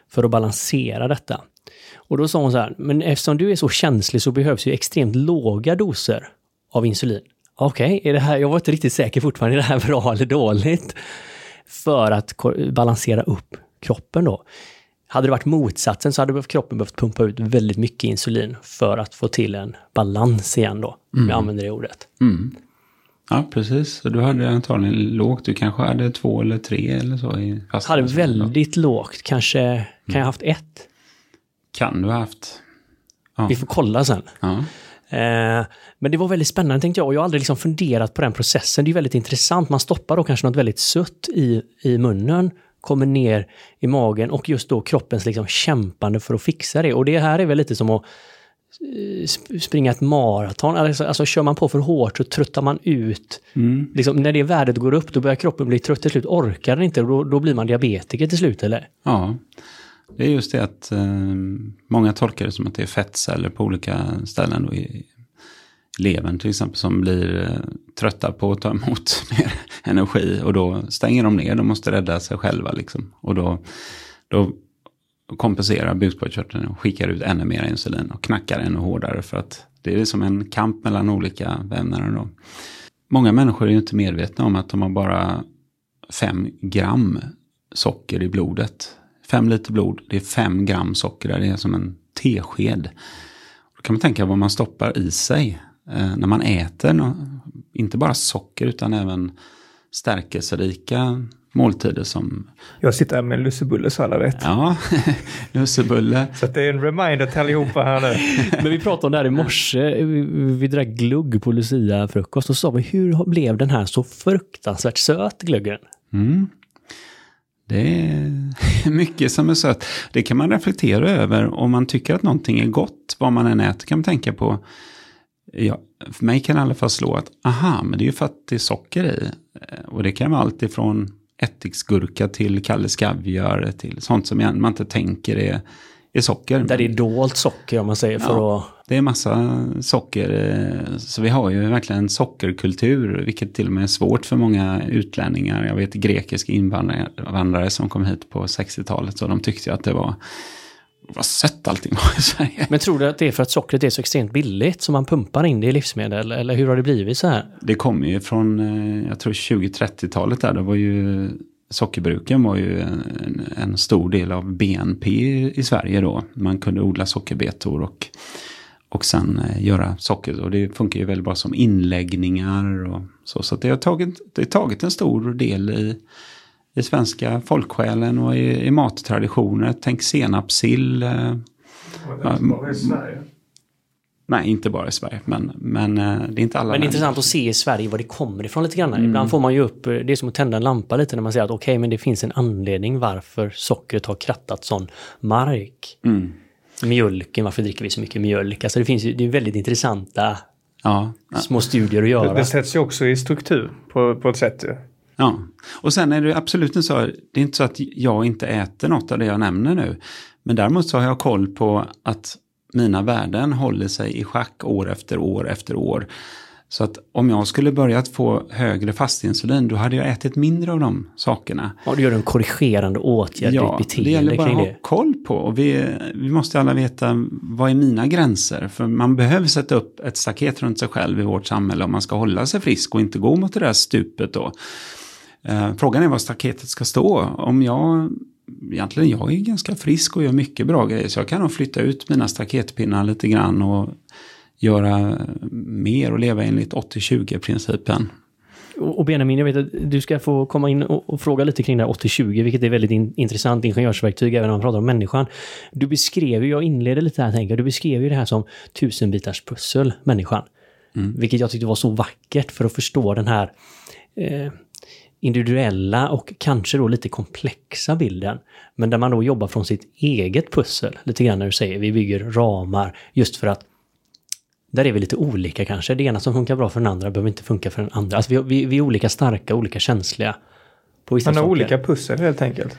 för att balansera detta. Och då sa hon så här, men eftersom du är så känslig så behövs ju extremt låga doser av insulin. Okej, är det här, jag var inte riktigt säker fortfarande, är det här bra eller dåligt? För att balansera upp kroppen då. Hade det varit motsatsen så hade kroppen behövt pumpa ut väldigt mycket insulin för att få till en balans igen då. Om jag använder det ordet. Mm. Ja, precis. Så du hade antagligen lågt. Du kanske hade 2 eller 3 eller så. I hade väldigt lågt. Kanske kan jag haft 1. Kan du ha haft. Ja. Vi får kolla sen. Ja. Men det var väldigt spännande tänkte jag. Och jag har aldrig liksom funderat på den processen. Det är väldigt intressant. Man stoppar då kanske något väldigt sött i munnen. Kommer ner i magen. Och just då kroppens liksom kämpande för att fixa det. Och det här är väl lite som att springa ett maraton. Alltså kör man på för hårt så tröttar man ut. Liksom, när det värdet går upp då börjar kroppen bli trött till slut. Orkar den inte och då blir man diabetiker till slut eller? Ja, det är just det att många tolkar det som att det är fettceller på olika ställen då i levern till exempel som blir trötta på att ta emot mer energi och då stänger de ner. De måste rädda sig själva liksom. Och då kompenserar bukspottkörteln och skickar ut ännu mer insulin och knackar ännu hårdare för att det är som en kamp mellan olika vävnader då. Många människor är ju inte medvetna om att de har bara 5 gram socker i blodet. 5 liter blod, det är 5 gram socker där, det är som en tesked. Då kan man tänka vad man stoppar i sig när man äter, inte bara socker utan även stärkelserika måltider som... Jag sitter här med en lussebulle så alla vet. Ja, lussebulle. Så det är en reminder till allihopa här nu. Men vi pratade om det här i morse. Vi drack glugg på Lucia-frukost och sa vi, hur blev den här så fruktansvärt söt gluggen? Det är mycket som är sött. Det kan man reflektera över om man tycker att någonting är gott. Vad man än äter kan man tänka på. Ja, för mig kan i alla fall slå att men det är ju för att det är socker i. Och det kan vara allt ifrån ättiksgurka till Kalles kaviar till sånt som man inte tänker är socker. Där det är dolt socker om man säger för att... Det är massa socker. Så vi har ju verkligen en sockerkultur vilket till och med är svårt för många utlänningar. Jag vet grekiska invandrare som kom hit på 60-talet så de tyckte att det var sött allting var i Sverige. Men tror du att det är för att sockret är så extremt billigt som man pumpar in det i livsmedel? Eller hur har det blivit så här? Det kommer ju från, jag tror 20-30-talet där. Då var ju sockerbruken var ju en stor del av BNP i Sverige då. Man kunde odla sockerbetor och sen göra socker. Och det funkar ju väldigt bra som inläggningar och så. Så det har tagit en stor del i svenska folksjälen och i mattraditioner. Tänk senapssill. Bara i Sverige? Nej, inte bara i Sverige. Men det är inte alla. Men det är intressant att se i Sverige var det kommer ifrån lite grann. Ibland får man ju upp, det är som att tända en lampa lite när man säger att okej, men det finns en anledning varför sockret har krattat sån mark. Mjölken, varför dricker vi så mycket mjölk? Alltså det är väldigt intressanta små studier att göra. Det sätts ju också i struktur på ett sätt. Ja, och sen är det absolut inte så, det är inte så att jag inte äter något av det jag nämner nu. Men däremot så har jag koll på att mina värden håller sig i schack år efter år efter år. Så att om jag skulle börja att få högre fastinsulin, då hade jag ätit mindre av de sakerna. Ja, du gör en korrigerande åtgärd, ditt beteende. Det gäller bara att ha koll på. Och vi måste alla veta, vad är mina gränser? För man behöver sätta upp ett staket runt sig själv i vårt samhälle om man ska hålla sig frisk och inte gå mot det där stupet då. Frågan är var staketet ska stå. Om jag är ganska frisk och gör mycket bra grejer, så jag kan nog flytta ut mina staketpinnar lite grann och göra mer och leva enligt 80-20-principen. Och Benjamin, jag vet att du ska få komma in och fråga lite kring det här 80-20, vilket är väldigt intressant ingenjörsverktyg även om man pratar om människan. Du beskrev ju, jag inledde lite här tänker, du beskrev ju det här som 1000-bitars pussel, människan. Vilket jag tyckte var så vackert för att förstå den här individuella och kanske då lite komplexa bilden. Men där man då jobbar från sitt eget pussel. Lite grann när du säger vi bygger ramar just för att där är vi lite olika kanske. Det ena som funkar bra för den andra behöver inte funka för den andra. Alltså vi är olika starka, olika känsliga på vissa saker. Man har olika pussel helt enkelt.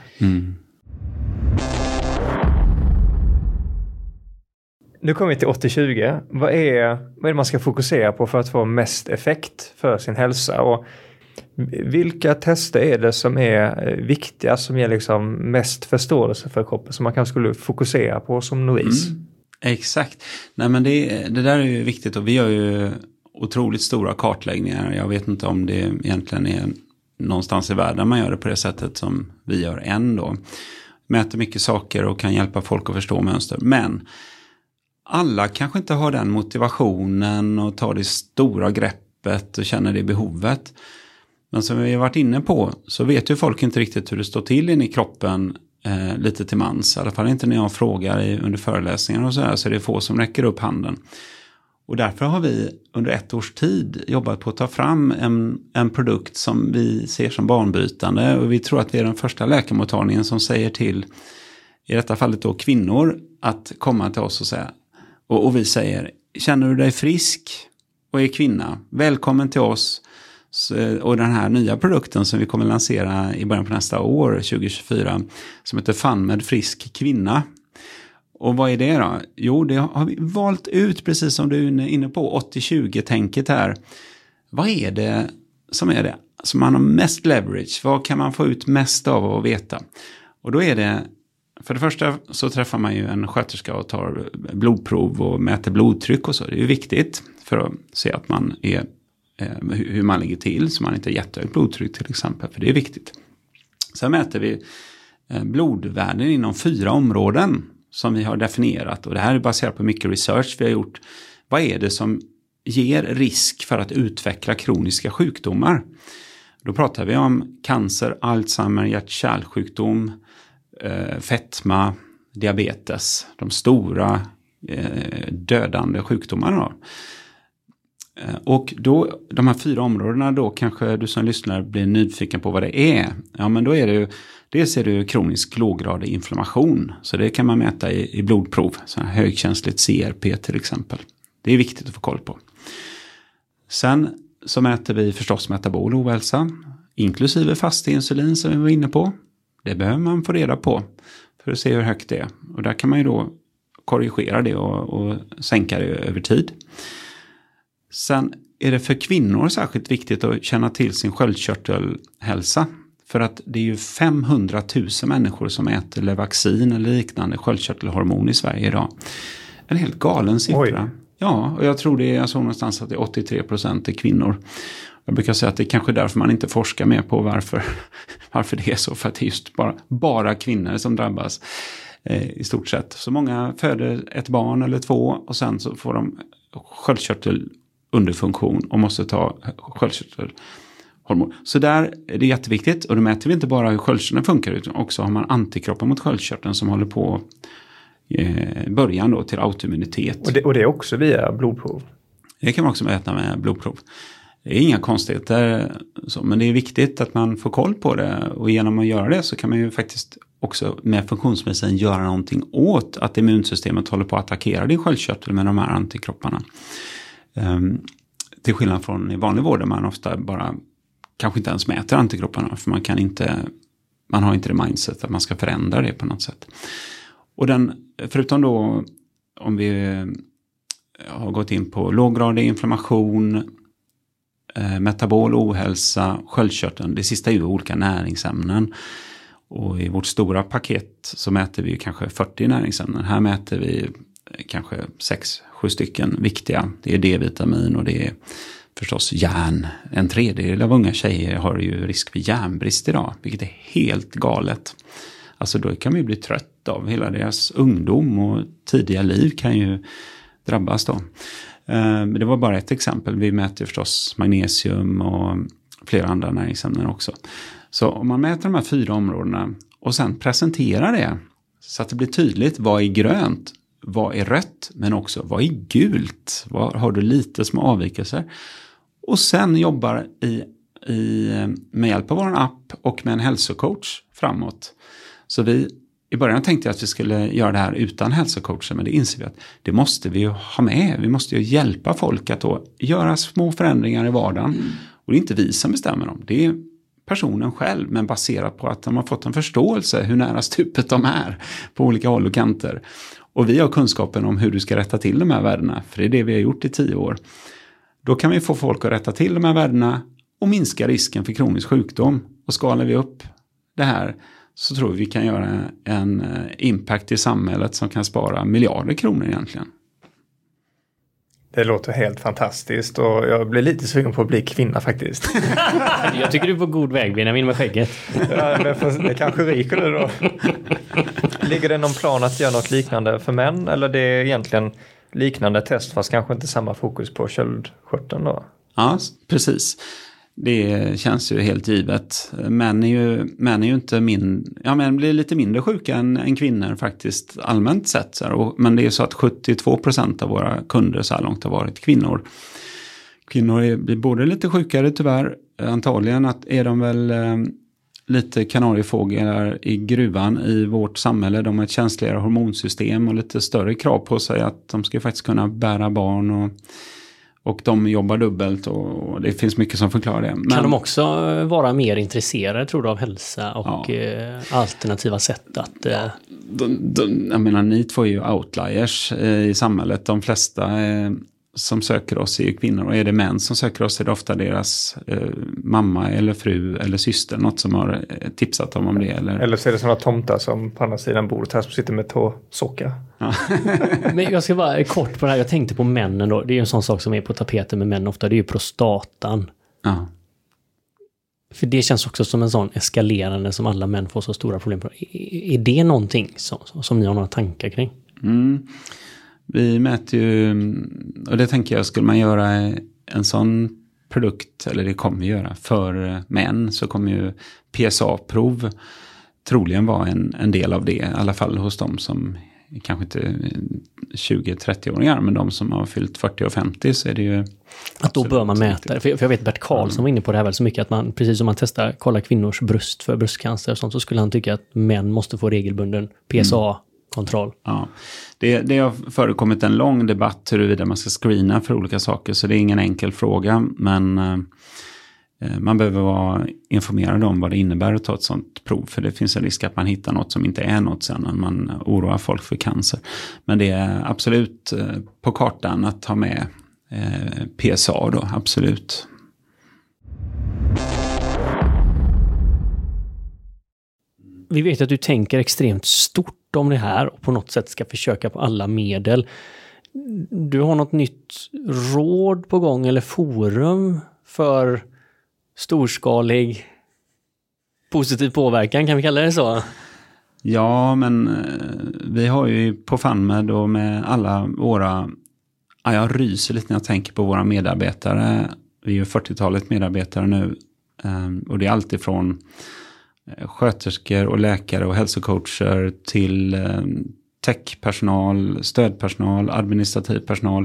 Nu kommer vi till 80-20. Vad är det man ska fokusera på för att få mest effekt för sin hälsa? Och Vilka tester är det som är viktiga, som ger liksom mest förståelse för kroppen, som man kanske skulle fokusera på som novis? Exakt. Nej, men det där är ju viktigt, och vi gör ju otroligt stora kartläggningar. Jag vet inte om det egentligen är någonstans i världen man gör det på det sättet som vi gör än då. Mäter mycket saker och kan hjälpa folk att förstå mönster. Men alla kanske inte har den motivationen och tar det stora greppet och känner det behovet. Men som vi har varit inne på så vet ju folk inte riktigt hur det står till in i kroppen lite till mans. I alla fall inte när jag frågar under föreläsningar och så här, så är det få som räcker upp handen. Och därför har vi under 1 års tid jobbat på att ta fram en produkt som vi ser som banbrytande. Och vi tror att vi är den första läkarmottagningen som säger till, i detta fallet då kvinnor, att komma till oss och säga. Och vi säger, känner du dig frisk och är kvinna? Välkommen till oss. Och den här nya produkten som vi kommer lansera i början på nästa år, 2024, som heter FunMed Frisk Kvinna. Och vad är det då? Jo, det har vi valt ut, precis som du är inne på, 80-20-tänket här. Vad är det som man har mest leverage? Vad kan man få ut mest av att veta? Och då är det, för det första så träffar man ju en sköterska och tar blodprov och mäter blodtryck och så. Det är ju viktigt för att se att man är, hur man ligger till, så man inte har jättehögt blodtryck till exempel, för det är viktigt. Sen mäter vi blodvärden inom 4 områden som vi har definierat, och det här är baserat på mycket research vi har gjort. Vad är det som ger risk för att utveckla kroniska sjukdomar? Då pratar vi om cancer, Alzheimer, hjärt-kärlsjukdom, fetma, diabetes, de stora dödande sjukdomarna. Och då, de här 4 områdena, då kanske du som lyssnare blir nyfiken på vad det är. Ja, men då är det ju, dels är det ju kronisk låggradig inflammation. Så det kan man mäta i blodprov. Så här högkänsligt CRP till exempel. Det är viktigt att få koll på. Sen så mäter vi förstås metabol ohälsa, inklusive fastinsulin som vi var inne på. Det behöver man få reda på för att se hur högt det är. Och där kan man ju då korrigera det och sänka det över tid. Sen är det för kvinnor särskilt viktigt att känna till sin sköldkörtelhälsa. För att det är ju 500 000 människor som äter Levaxin eller liknande sköldkörtelhormon i Sverige idag. En helt galen siffra. Oj. Ja, och jag tror det är så någonstans att det är 83% är kvinnor. Jag brukar säga att det är kanske därför man inte forskar mer på varför det är så. För att det är just bara kvinnor som drabbas i stort sett. Så många föder ett barn eller 2 och sen så får de sköldkörtelunderfunktion och måste ta sköldkörtelhormon. Så där är det jätteviktigt, och då mäter vi inte bara hur sköldkörteln funkar, utan också har man antikroppar mot sköldkörteln som håller på början då till autoimmunitet. Och det är också via blodprov? Det kan man också mäta med blodprov. Det är inga konstigheter, men det är viktigt att man får koll på det, och genom att göra det så kan man ju faktiskt också med funktionsmedicin göra någonting åt att immunsystemet håller på att attackera din sköldkörtel med de här antikropparna. Till skillnad från i vanlig vård där man ofta bara kanske inte ens mäter antikropparna, för man har inte det mindset att man ska förändra det på något sätt. Och förutom då om vi har gått in på låggradig inflammation, metabol ohälsa, sköldkörteln, det sista är ju olika näringsämnen. Och i vårt stora paket så mäter vi kanske 40 näringsämnen. Här mäter vi kanske 6-7 stycken viktiga. Det är D-vitamin och det är förstås järn. 1/3 av unga tjejer har ju risk för järnbrist idag, vilket är helt galet. Alltså då kan man ju bli trött av hela deras ungdom, och tidiga liv kan ju drabbas då. Det var bara ett exempel. Vi mäter förstås magnesium och flera andra näringsämnen också. Så om man mäter de här 4 områdena och sen presenterar det så att det blir tydligt, vad är grönt, vad är rött, men också vad är gult, vad har du lite små avvikelser, och sen jobbar med hjälp av vår app och med en hälsocoach framåt. Så i början tänkte jag att vi skulle göra det här utan hälsocoacher, men det inser vi att det måste vi ju ha med. Vi måste ju hjälpa folk att då göra små förändringar i vardagen. Och det är inte vi som bestämmer dem. Det är personen själv, men baserat på att de har fått en förståelse hur nära stupet de är på olika håll och kanter. Och vi har kunskapen om hur du ska rätta till de här värdena, för det är det vi har gjort i 10 år. Då kan vi få folk att rätta till de här värdena och minska risken för kronisk sjukdom. Och skalar vi upp det här så tror vi kan göra en impact i samhället som kan spara miljarder kronor egentligen. Det låter helt fantastiskt och jag blir lite sugen på att bli kvinna faktiskt. Jag tycker du är på god väg, Benjamin, med skägget. Ja, men det kanske ryker nu då. Ligger det någon plan att göra något liknande för män? Eller det är egentligen liknande test fast kanske inte samma fokus på köldskörteln då? Ja, precis. Det känns ju helt givet. Män är ju inte män blir lite mindre sjuka än kvinnor faktiskt allmänt sett. Så här. Men det är så att 72% av våra kunder så här långt har varit kvinnor. Kvinnor blir både lite sjukare tyvärr. Antagligen är de väl lite kanariefåglar i gruvan i vårt samhälle. De har ett känsligare hormonsystem och lite större krav på sig att de ska faktiskt kunna bära barn och de jobbar dubbelt och det finns mycket som förklarar det. Men kan de också vara mer intresserade, tror du, av hälsa och alternativa sätt att... Jag menar, ni två är ju outliers i samhället. De flesta som söker oss är ju kvinnor, och är det män som söker oss är det ofta deras mamma eller fru eller syster, något som har tipsat dem om det. Eller så är det sådana tomtar som på andra sidan bordet här som sitter med tåsocka. Ja. Men jag ska bara kort på det här, jag tänkte på männen då, det är ju en sån sak som är på tapeten med män ofta, det är ju prostatan. Ja. För det känns också som en sån eskalerande som alla män får så stora problem på. Är det någonting som ni har några tankar kring? Vi mäter ju, och det tänker jag, skulle man göra en sån produkt, eller det kommer vi göra för män, så kommer ju PSA-prov troligen vara en del av det, i alla fall hos de som kanske inte 20-30-åringar, men de som har fyllt 40 och 50 så är det ju... Att då bör man mäta det. För jag vet Bert Karlsson var inne på det här väl så mycket, att man, precis som man testar, kolla kvinnors bröst för bröstcancer och sånt, så skulle han tycka att män måste få regelbunden PSA-kontroll. Ja, det har förekommit en lång debatt huruvida man ska screena för olika saker, så det är ingen enkel fråga, men man behöver vara informerad om vad det innebär att ta ett sånt prov, för det finns en risk att man hittar något som inte är något sen när man oroar folk för cancer. Men det är absolut på kartan att ta med PSA då, absolut. Vi vet att du tänker extremt stort om det här och på något sätt ska försöka på alla medel. Du har något nytt råd på gång eller forum för storskalig positiv påverkan, kan vi kalla det så? Ja, men vi har ju på FunMed och med alla våra... Ja, jag ryser lite när jag tänker på våra medarbetare. Vi är ju 40-talet medarbetare nu. Och det är alltid från sköterskor och läkare och hälsocoacher till techpersonal, stödpersonal, administrativ personal.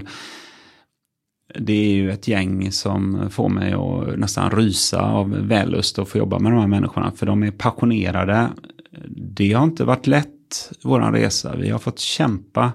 Det är ju ett gäng som får mig att nästan rysa av vällust att få jobba med de här människorna. För de är passionerade. Det har inte varit lätt, våran resa. Vi har fått kämpa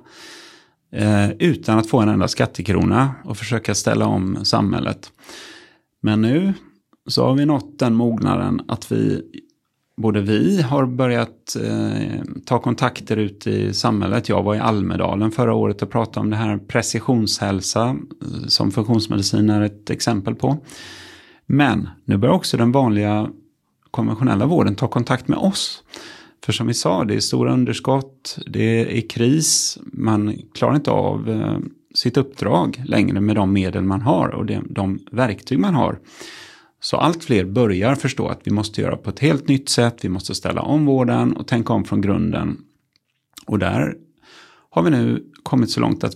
utan att få en enda skattekrona och försöka ställa om samhället. Men nu så har vi nått den mognaden att både vi har börjat ta kontakter ut i samhället. Jag var i Almedalen förra året och pratade om det här precisionshälsa som funktionsmedicin är ett exempel på. Men nu börjar också den vanliga konventionella vården ta kontakt med oss. För som vi sa, det är stora underskott, det är kris, man klarar inte av sitt uppdrag längre med de medel man har och de verktyg man har. Så allt fler börjar förstå att vi måste göra på ett helt nytt sätt, vi måste ställa om vården och tänka om från grunden. Och där har vi nu kommit så långt att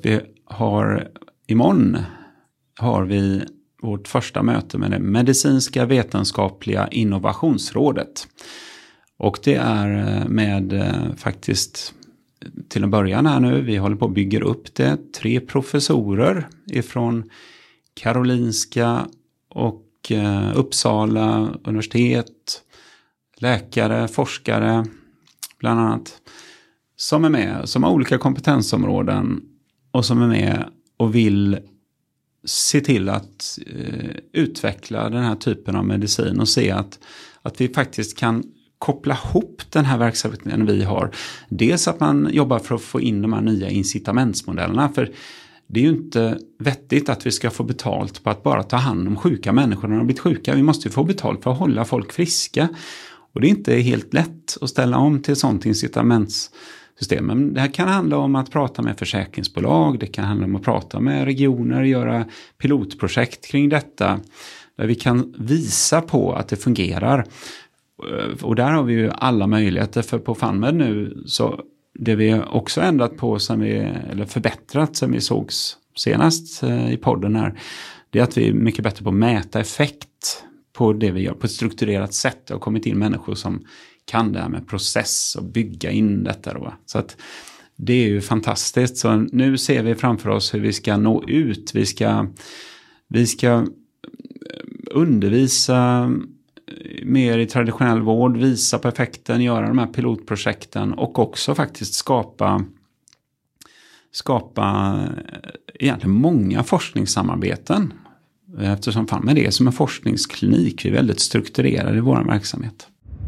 imorgon har vi vårt första möte med det medicinska vetenskapliga innovationsrådet. Och det är med faktiskt till en början här nu, vi håller på att bygga upp det, 3 professorer ifrån Karolinska och Uppsala universitet, läkare, forskare bland annat, som är med, som har olika kompetensområden och som är med och vill se till att utveckla den här typen av medicin och se att vi faktiskt kan koppla ihop den här verksamheten vi har. Dels att man jobbar för att få in de här nya incitamentsmodellerna, för det är ju inte vettigt att vi ska få betalt på att bara ta hand om sjuka människor när de har blivit sjuka. Vi måste ju få betalt för att hålla folk friska. Och det är inte helt lätt att ställa om till ett sånt incitamentssystem. Men det här kan handla om att prata med försäkringsbolag. Det kan handla om att prata med regioner, göra pilotprojekt kring detta. Där vi kan visa på att det fungerar. Och där har vi ju alla möjligheter. För på FunMed nu, så det vi också ändrat på eller förbättrat sen vi sågs senast i podden här, det är att vi är mycket bättre på att mäta effekt på det vi gör på ett strukturerat sätt. Det har kommit in människor som kan det här med process och bygga in detta då. Så att det är ju fantastiskt. Så nu ser vi framför oss hur vi ska nå ut. Vi ska undervisa mer i traditionell vård, visa på effekten, göra de här pilotprojekten och också faktiskt skapa egentligen många forskningssamarbeten. Eftersom FunMed är som en forskningsklinik, vi är väldigt strukturerade i vår verksamhet.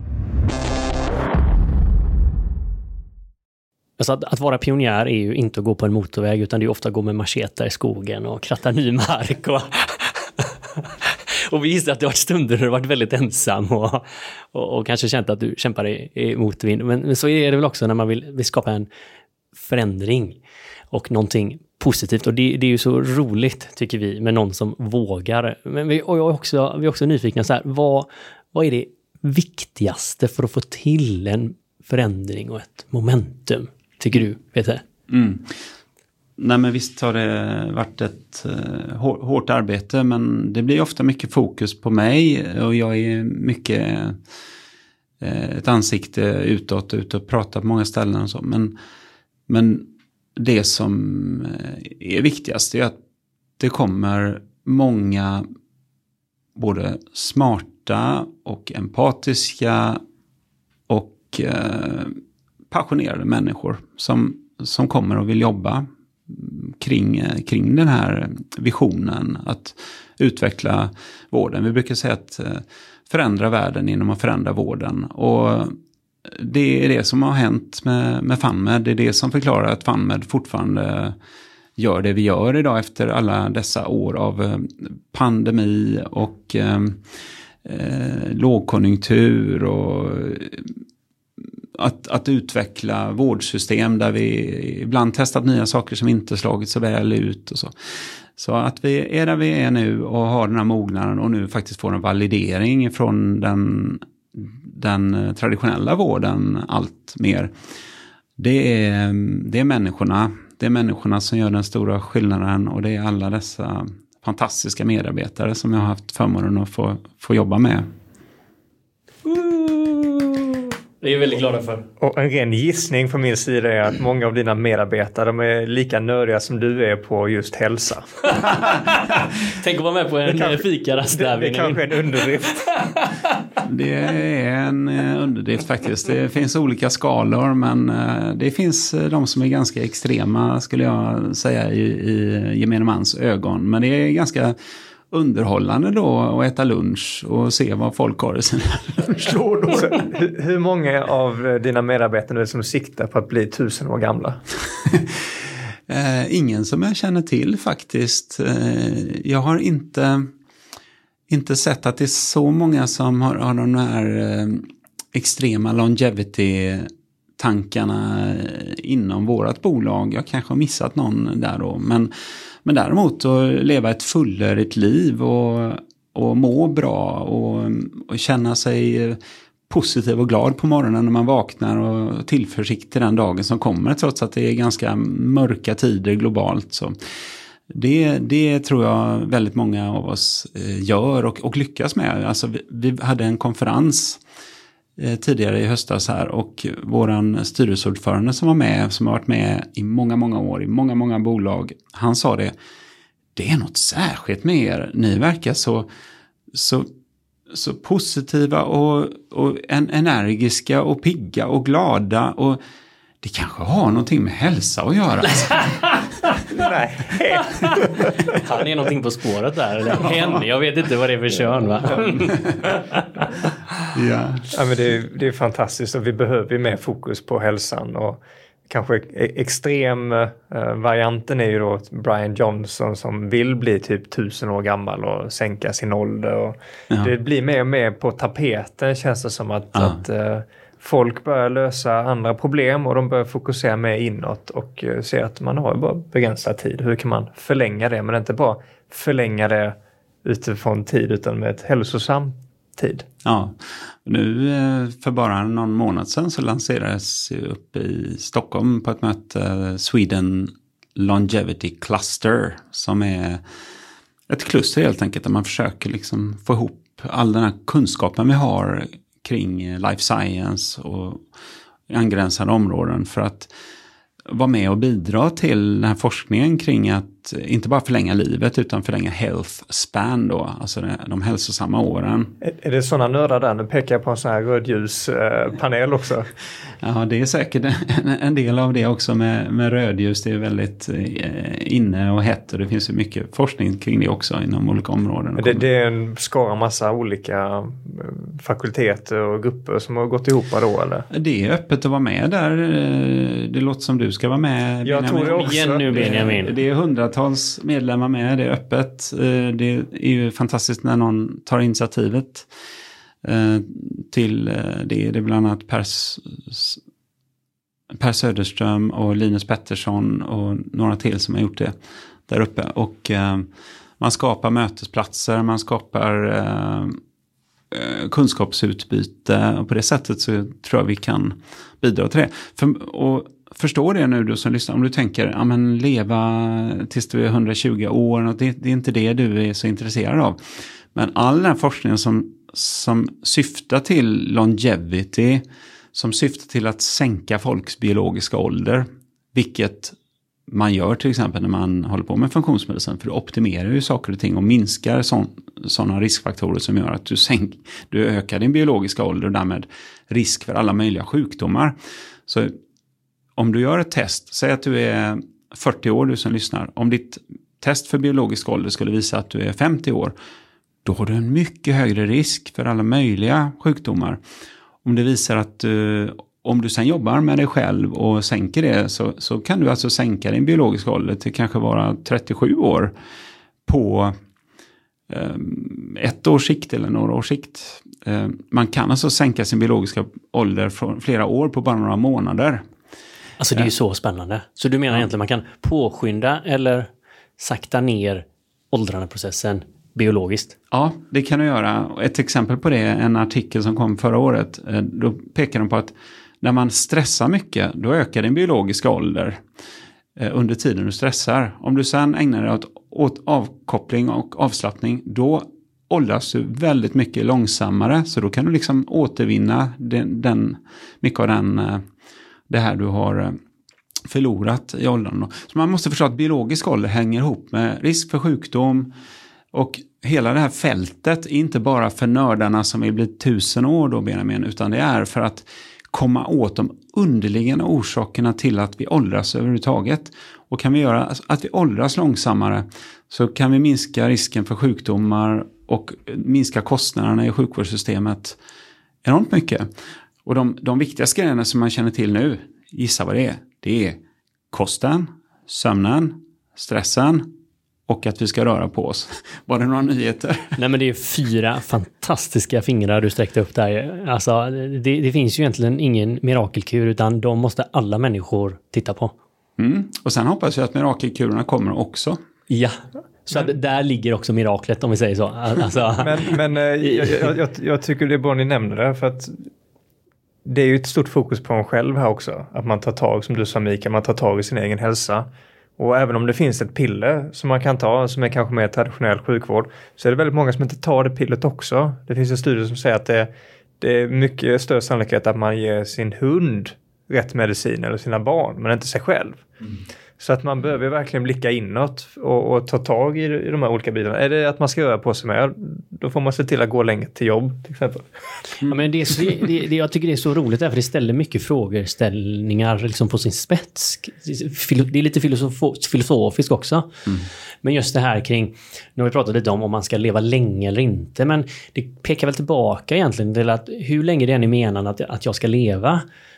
Alltså att vara pionjär är ju inte att gå på en motorväg, utan det är ofta att gå med machete i skogen och kratta ny mark. Och vi gissar att det har varit stunder där du har varit väldigt ensam och kanske känt att du kämpar i motvind. Men så är det väl också när man vill skapa en förändring och någonting positivt. Och det är ju så roligt, tycker vi, med någon som vågar. Men vi är också nyfikna så här, vad är det viktigaste för att få till en förändring och ett momentum, tycker du, Peter? Nej, men visst har det varit ett hårt arbete, men det blir ofta mycket fokus på mig och jag är mycket ett ansikte utåt och pratar på många ställen och så. Men det som är viktigast är att det kommer många både smarta och empatiska och passionerade människor som kommer och vill jobba kring den här visionen att utveckla vården. Vi brukar säga att förändra världen genom att förändra vården. Och det är det som har hänt med FunMed. Det är det som förklarar att FunMed fortfarande gör det vi gör idag efter alla dessa år av pandemi och lågkonjunktur och att utveckla vårdsystem där vi ibland testat nya saker som inte slagit så väl ut och så. Så att vi är där vi är nu och har den här mognaden och nu faktiskt får en validering från den traditionella vården allt mer. Det är människorna. Det är människorna som gör den stora skillnaden och det är alla dessa fantastiska medarbetare som jag har haft förmånen att få jobba med. Det är jag väldigt glada för. Och en ren gissning från min sida är att många av dina medarbetare, de är lika nördiga som du är på just hälsa. Tänk att vara med på en fikarast där. Det är kanske en underdrift. Det är en underdrift faktiskt. Det finns olika skalor, men det finns de som är ganska extrema skulle jag säga i gemene mans ögon. Men det är ganska underhållande då att äta lunch och se vad folk har i sina lunchlådor. Hur många av dina medarbetare är som siktar på att bli 1000 år gamla? Ingen som jag känner till faktiskt. Jag har inte sett att det är så många som har de här extrema longevity-tankarna inom vårat bolag. Jag kanske har missat någon där då, men däremot att leva ett fullödigt liv och må bra och känna sig positiv och glad på morgonen när man vaknar och tillförsikt till den dagen som kommer trots att det är ganska mörka tider globalt. Så det tror jag väldigt många av oss gör och lyckas med. Alltså vi hade en konferens tidigare i höstas här och våran styrelseordförande som var med, som har varit med i många år i många bolag, han sa det är något särskilt med er, ni verkar så positiva och energiska och pigga och glada och det kanske har någonting med hälsa att göra. Nej. Han är någonting på spåret där. Eller hen, jag vet inte vad det är för kön, va? Ja, men det är fantastiskt och vi behöver mer fokus på hälsan och kanske extrem varianten är ju då Brian Johnson som vill bli typ 1000 år gammal och sänka sin ålder. Och det blir mer och mer på tapeten, känns det som att folk börjar lösa andra problem och de börjar fokusera mer inåt och se att man har bara begränsad tid. Hur kan man förlänga det? Men inte bara förlänga det utifrån tid utan med ett hälsosam tid. Ja, nu för bara någon månad sedan så lanserades upp i Stockholm på ett möte Sweden Longevity Cluster som är ett kluster helt enkelt där man försöker liksom få ihop all den här kunskapen vi har kring life science och angränsande områden för att vara med och bidra till den här forskningen kring att inte bara förlänga livet utan förlänga health span då, alltså de hälsosamma åren. Är det sådana nördar där? Nu pekar jag på en sån här rödljuspanel också. Ja, det är säkert en del av det också med rödljus. Det är väldigt inne och hett och det finns ju mycket forskning kring det också inom olika områden. Det är en skara massa olika fakulteter och grupper som har gått ihop då, eller? Det är öppet att vara med där. Det låter som du ska vara med. Jag tror det också. Igen nu, Benjamin. Det är hundratals medlemmar med. Det är öppet. Det är ju fantastiskt när någon tar initiativet till det. Det är bland annat Per Söderström och Linus Pettersson och några till som har gjort det där uppe. Och man skapar mötesplatser, man skapar kunskapsutbyte och på det sättet så tror jag vi kan bidra till det. Förstå det nu du som lyssnar, om du tänker ja, men leva tills du är 120 år och det är inte det du är så intresserad av. Men all den här forskningen som syftar till longevity, som syftar till att sänka folks biologiska ålder, vilket man gör till exempel när man håller på med funktionsmedicin, för du optimerar ju saker och ting och minskar sådana riskfaktorer som gör att du ökar din biologiska ålder och därmed risk för alla möjliga sjukdomar. Så om du gör ett test, säg att du är 40 år du som lyssnar, om ditt test för biologisk ålder skulle visa att du är 50 år, då har du en mycket högre risk för alla möjliga sjukdomar. Om det visar att om du sen jobbar med dig själv och sänker det så kan du alltså sänka din biologiska ålder till kanske vara 37 år på ett års sikt eller några års sikt. Man kan alltså sänka sin biologiska ålder från flera år på bara några månader. Alltså det är ju så spännande. Så du menar egentligen man kan påskynda eller sakta ner åldrandeprocessen biologiskt? Ja, det kan du göra. Ett exempel på det är en artikel som kom förra året. Då pekar de på att när man stressar mycket, då ökar din biologiska ålder under tiden du stressar. Om du sedan ägnar dig åt avkoppling och avslappning, då åldras du väldigt mycket långsammare. Så då kan du liksom återvinna mycket av det här du har förlorat i åldern. Så man måste förstå att biologisk ålder hänger ihop med risk för sjukdom. Och hela det här fältet är inte bara för nördarna som vill bli 1000 år då, Benjamin, utan det är för att komma åt de underliggande orsakerna till att vi åldras överhuvudtaget. Och kan vi göra att vi åldras långsammare så kan vi minska risken för sjukdomar och minska kostnaderna i sjukvårdssystemet enormt mycket. Och de viktigaste grejerna som man känner till nu, gissa vad det är. Det är kosten, sömnen, stressen och att vi ska röra på oss. Var det några nyheter? Nej, men det är 4 fantastiska fingrar du sträckte upp där. Alltså, det finns ju egentligen ingen mirakelkur utan de måste alla människor titta på. Och sen hoppas jag att mirakelkurerna kommer också. Ja, så där ligger också miraklet om vi säger så. Alltså. Men jag tycker det är bra ni nämner det för att det är ju ett stort fokus på en själv här också. Att man tar tag, som du sa Mikael, man tar tag i sin egen hälsa. Och även om det finns ett piller som man kan ta som är kanske mer traditionell sjukvård så är det väldigt många som inte tar det pillret också. Det finns en studie som säger att det är mycket större sannolikhet att man ger sin hund rätt medicin eller sina barn men inte sig själv. Så att man behöver verkligen blicka inåt och ta tag i de här olika bitarna. Är det att man ska röra på sig mer, då får man se till att gå längre till jobb till exempel. Ja, men jag tycker det är så roligt därför det ställer mycket frågeställningar liksom på sin spets. Det är lite filosofiskt också. Men just det här kring, nu har vi pratat lite om man ska leva länge eller inte, men det pekar väl tillbaka egentligen till att hur länge det än är menan att jag ska leva.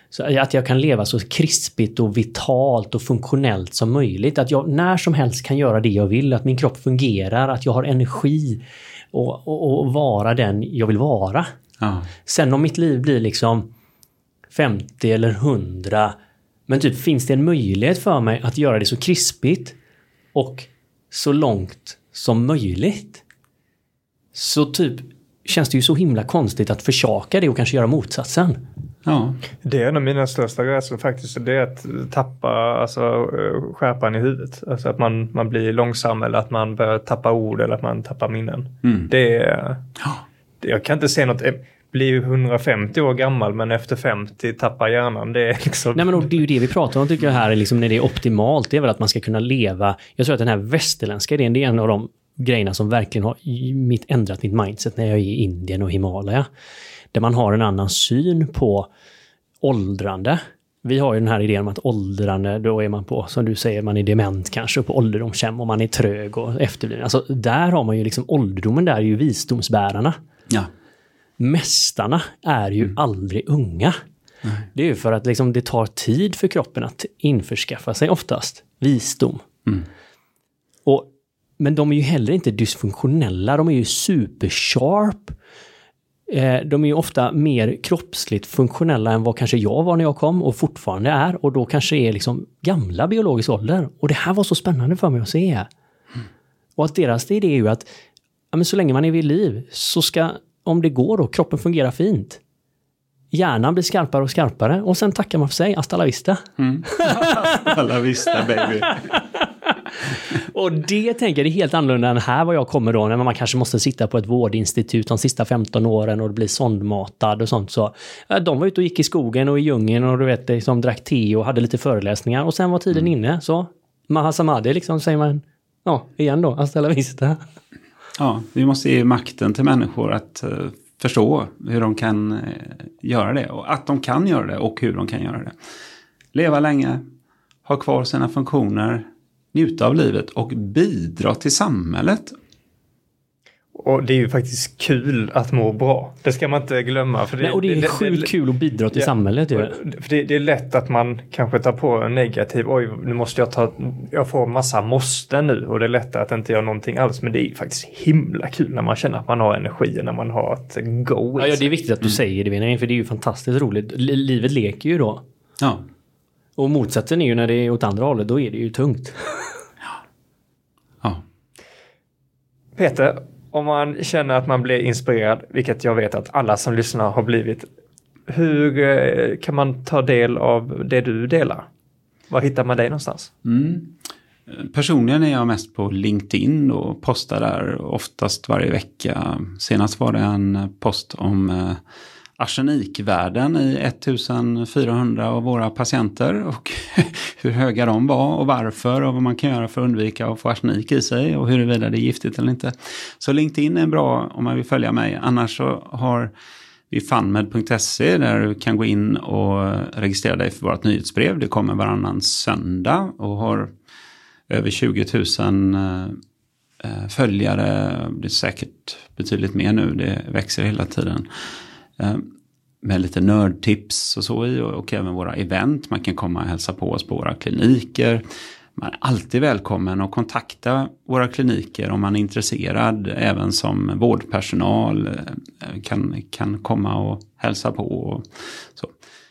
Så att jag kan leva så krispigt och vitalt och funktionellt som möjligt. Att jag när som helst kan göra det jag vill. Att min kropp fungerar, att jag har energi och vara den jag vill vara. Ja. Sen om mitt liv blir liksom 50 eller 100, men typ finns det en möjlighet för mig att göra det så krispigt och så långt som möjligt, så typ känns det ju så himla konstigt att försaka det och kanske göra motsatsen. Ja. Det är en av mina största rädslor faktiskt. Det är att tappa skärpan i huvudet. Alltså att man blir långsam, eller att man börjar tappa ord, eller att man tappar minnen. Jag kan inte se något. Blir ju 150 år gammal, men efter 50 tappar hjärnan. Det är liksom... Nej, men det är ju det vi pratar om, tycker jag, här är liksom, när det är optimalt. Det är väl att man ska kunna leva. Jag tror att den här västerländska idén, det är en av de grejerna som verkligen har ändrat mitt mindset när jag är i Indien och Himalaya. Där man har en annan syn på åldrande. Vi har ju den här idén om att åldrande, då är man på, som du säger, man är dement kanske, på ålderdomshem, och man är trög och efterbliven. Alltså där har man ju liksom, ålderdomen där är ju visdomsbärarna. Ja. Mästarna är ju aldrig unga. Det är ju för att liksom det tar tid för kroppen att införskaffa sig oftast visdom. Men de är ju heller inte dysfunktionella, de är ju supersharp. De är ju ofta mer kroppsligt funktionella än vad kanske jag var när jag kom och fortfarande är, och då kanske är liksom gamla biologisk ålder. Och det här var så spännande för mig att se. Och att deras idé är ju att men så länge man är vid liv så ska, om det går då, kroppen fungerar fint. Hjärnan blir skarpare och skarpare, och sen tackar man för sig. Hasta la vista. Hasta la vista, baby. Och det tänker jag är helt annorlunda än här var jag kommer då, när man kanske måste sitta på ett vårdinstitut de sista 15 åren och bli sondmatad och sånt. Så de var ute och gick i skogen och i djungeln och du vet, liksom drack te och hade lite föreläsningar, och sen var tiden inne. Så Mahasamadhi liksom, säger man, igen då, hasta la vista. Ja, vi måste ge makten till människor att förstå hur de kan göra det, och att de kan göra det och hur de kan göra det. Leva länge, ha kvar sina funktioner, njuta av livet och bidra till samhället. Och det är ju faktiskt kul att må bra. Det ska man inte glömma. För och det är sjukt kul att bidra till samhället. För det är lätt att man kanske tar på en negativ, nu måste jag får massa måste nu, och det är lätt att inte göra någonting alls. Men det är faktiskt himla kul när man känner att man har energi, när man har ett go. Ja, det är viktigt att du säger det, för det är ju fantastiskt roligt. Livet leker ju då. Ja. Och motsatsen är ju när det är åt andra hållet, då är det ju tungt. Ja. Peter, om man känner att man blir inspirerad, vilket jag vet att alla som lyssnar har blivit, hur kan man ta del av det du delar? Var hittar man dig någonstans? Personligen är jag mest på LinkedIn och postar där oftast varje vecka. Senast var det en post om arsenikvärden i 1400 av våra patienter och hur höga de var och varför, och vad man kan göra för att undvika att få arsenik i sig och huruvida det är giftigt eller inte. Så LinkedIn är bra om man vill följa mig. Annars så har vi funmed.se där du kan gå in och registrera dig för vårt nyhetsbrev. Det kommer varannan söndag och har över 20 000 följare. Det är säkert betydligt mer nu, det växer hela tiden. Med lite nördtips och så i, och även våra event. Man kan komma och hälsa på oss på våra kliniker. Man är alltid välkommen att kontakta våra kliniker om man är intresserad. Även som vårdpersonal kan komma och hälsa på. Och så.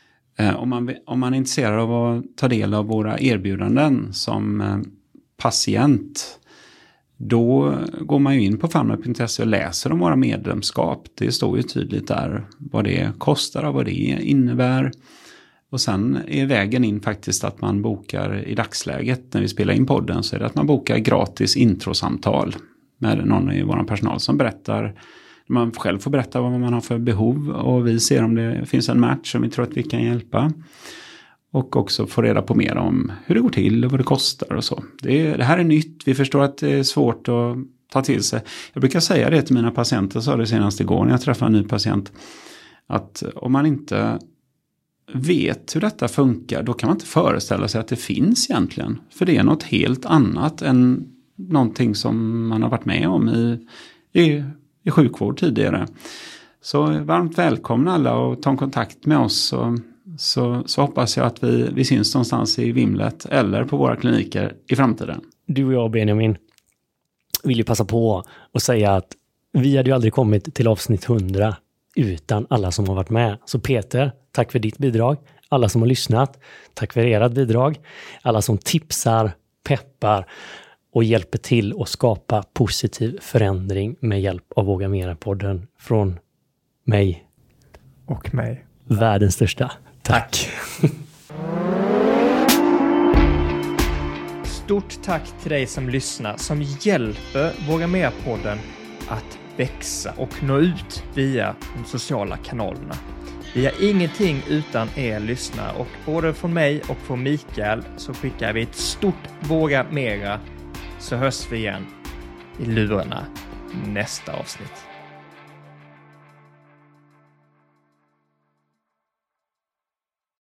Om man är intresserad av att ta del av våra erbjudanden som patient, då går man ju in på funmed.se och läser om våra medlemskap. Det står ju tydligt där vad det kostar och vad det innebär. Och sen är vägen in faktiskt att man bokar i dagsläget när vi spelar in podden, så är det att man bokar gratis introsamtal med någon i vår personal som berättar. Man själv får berätta vad man har för behov och vi ser om det finns en match som vi tror att vi kan hjälpa. Och också få reda på mer om hur det går till och vad det kostar och så. Det här är nytt. Vi förstår att det är svårt att ta till sig. Jag brukar säga det till mina patienter, sa det senast igår när jag träffade en ny patient. Att om man inte vet hur detta funkar, då kan man inte föreställa sig att det finns egentligen. För det är något helt annat än någonting som man har varit med om i sjukvård tidigare. Så varmt välkomna alla och ta kontakt med oss så hoppas jag att vi syns någonstans i Vimlet eller på våra kliniker i framtiden. Du och jag, Benjamin, vill ju passa på att säga att vi hade ju aldrig kommit till avsnitt 100 utan alla som har varit med. Så Peter, tack för ditt bidrag. Alla som har lyssnat, tack för ert bidrag. Alla som tipsar, peppar och hjälper till att skapa positiv förändring med hjälp av Våga Mera-podden från mig. Och mig. Världens största. Tack. Stort tack till dig som lyssnar, som hjälper Våga Mera-podden att växa och nå ut via de sociala kanalerna. Vi har ingenting utan er lyssnare, och både från mig och från Mikael så skickar vi ett stort Våga Mera, så hörs vi igen i lurarna nästa avsnitt.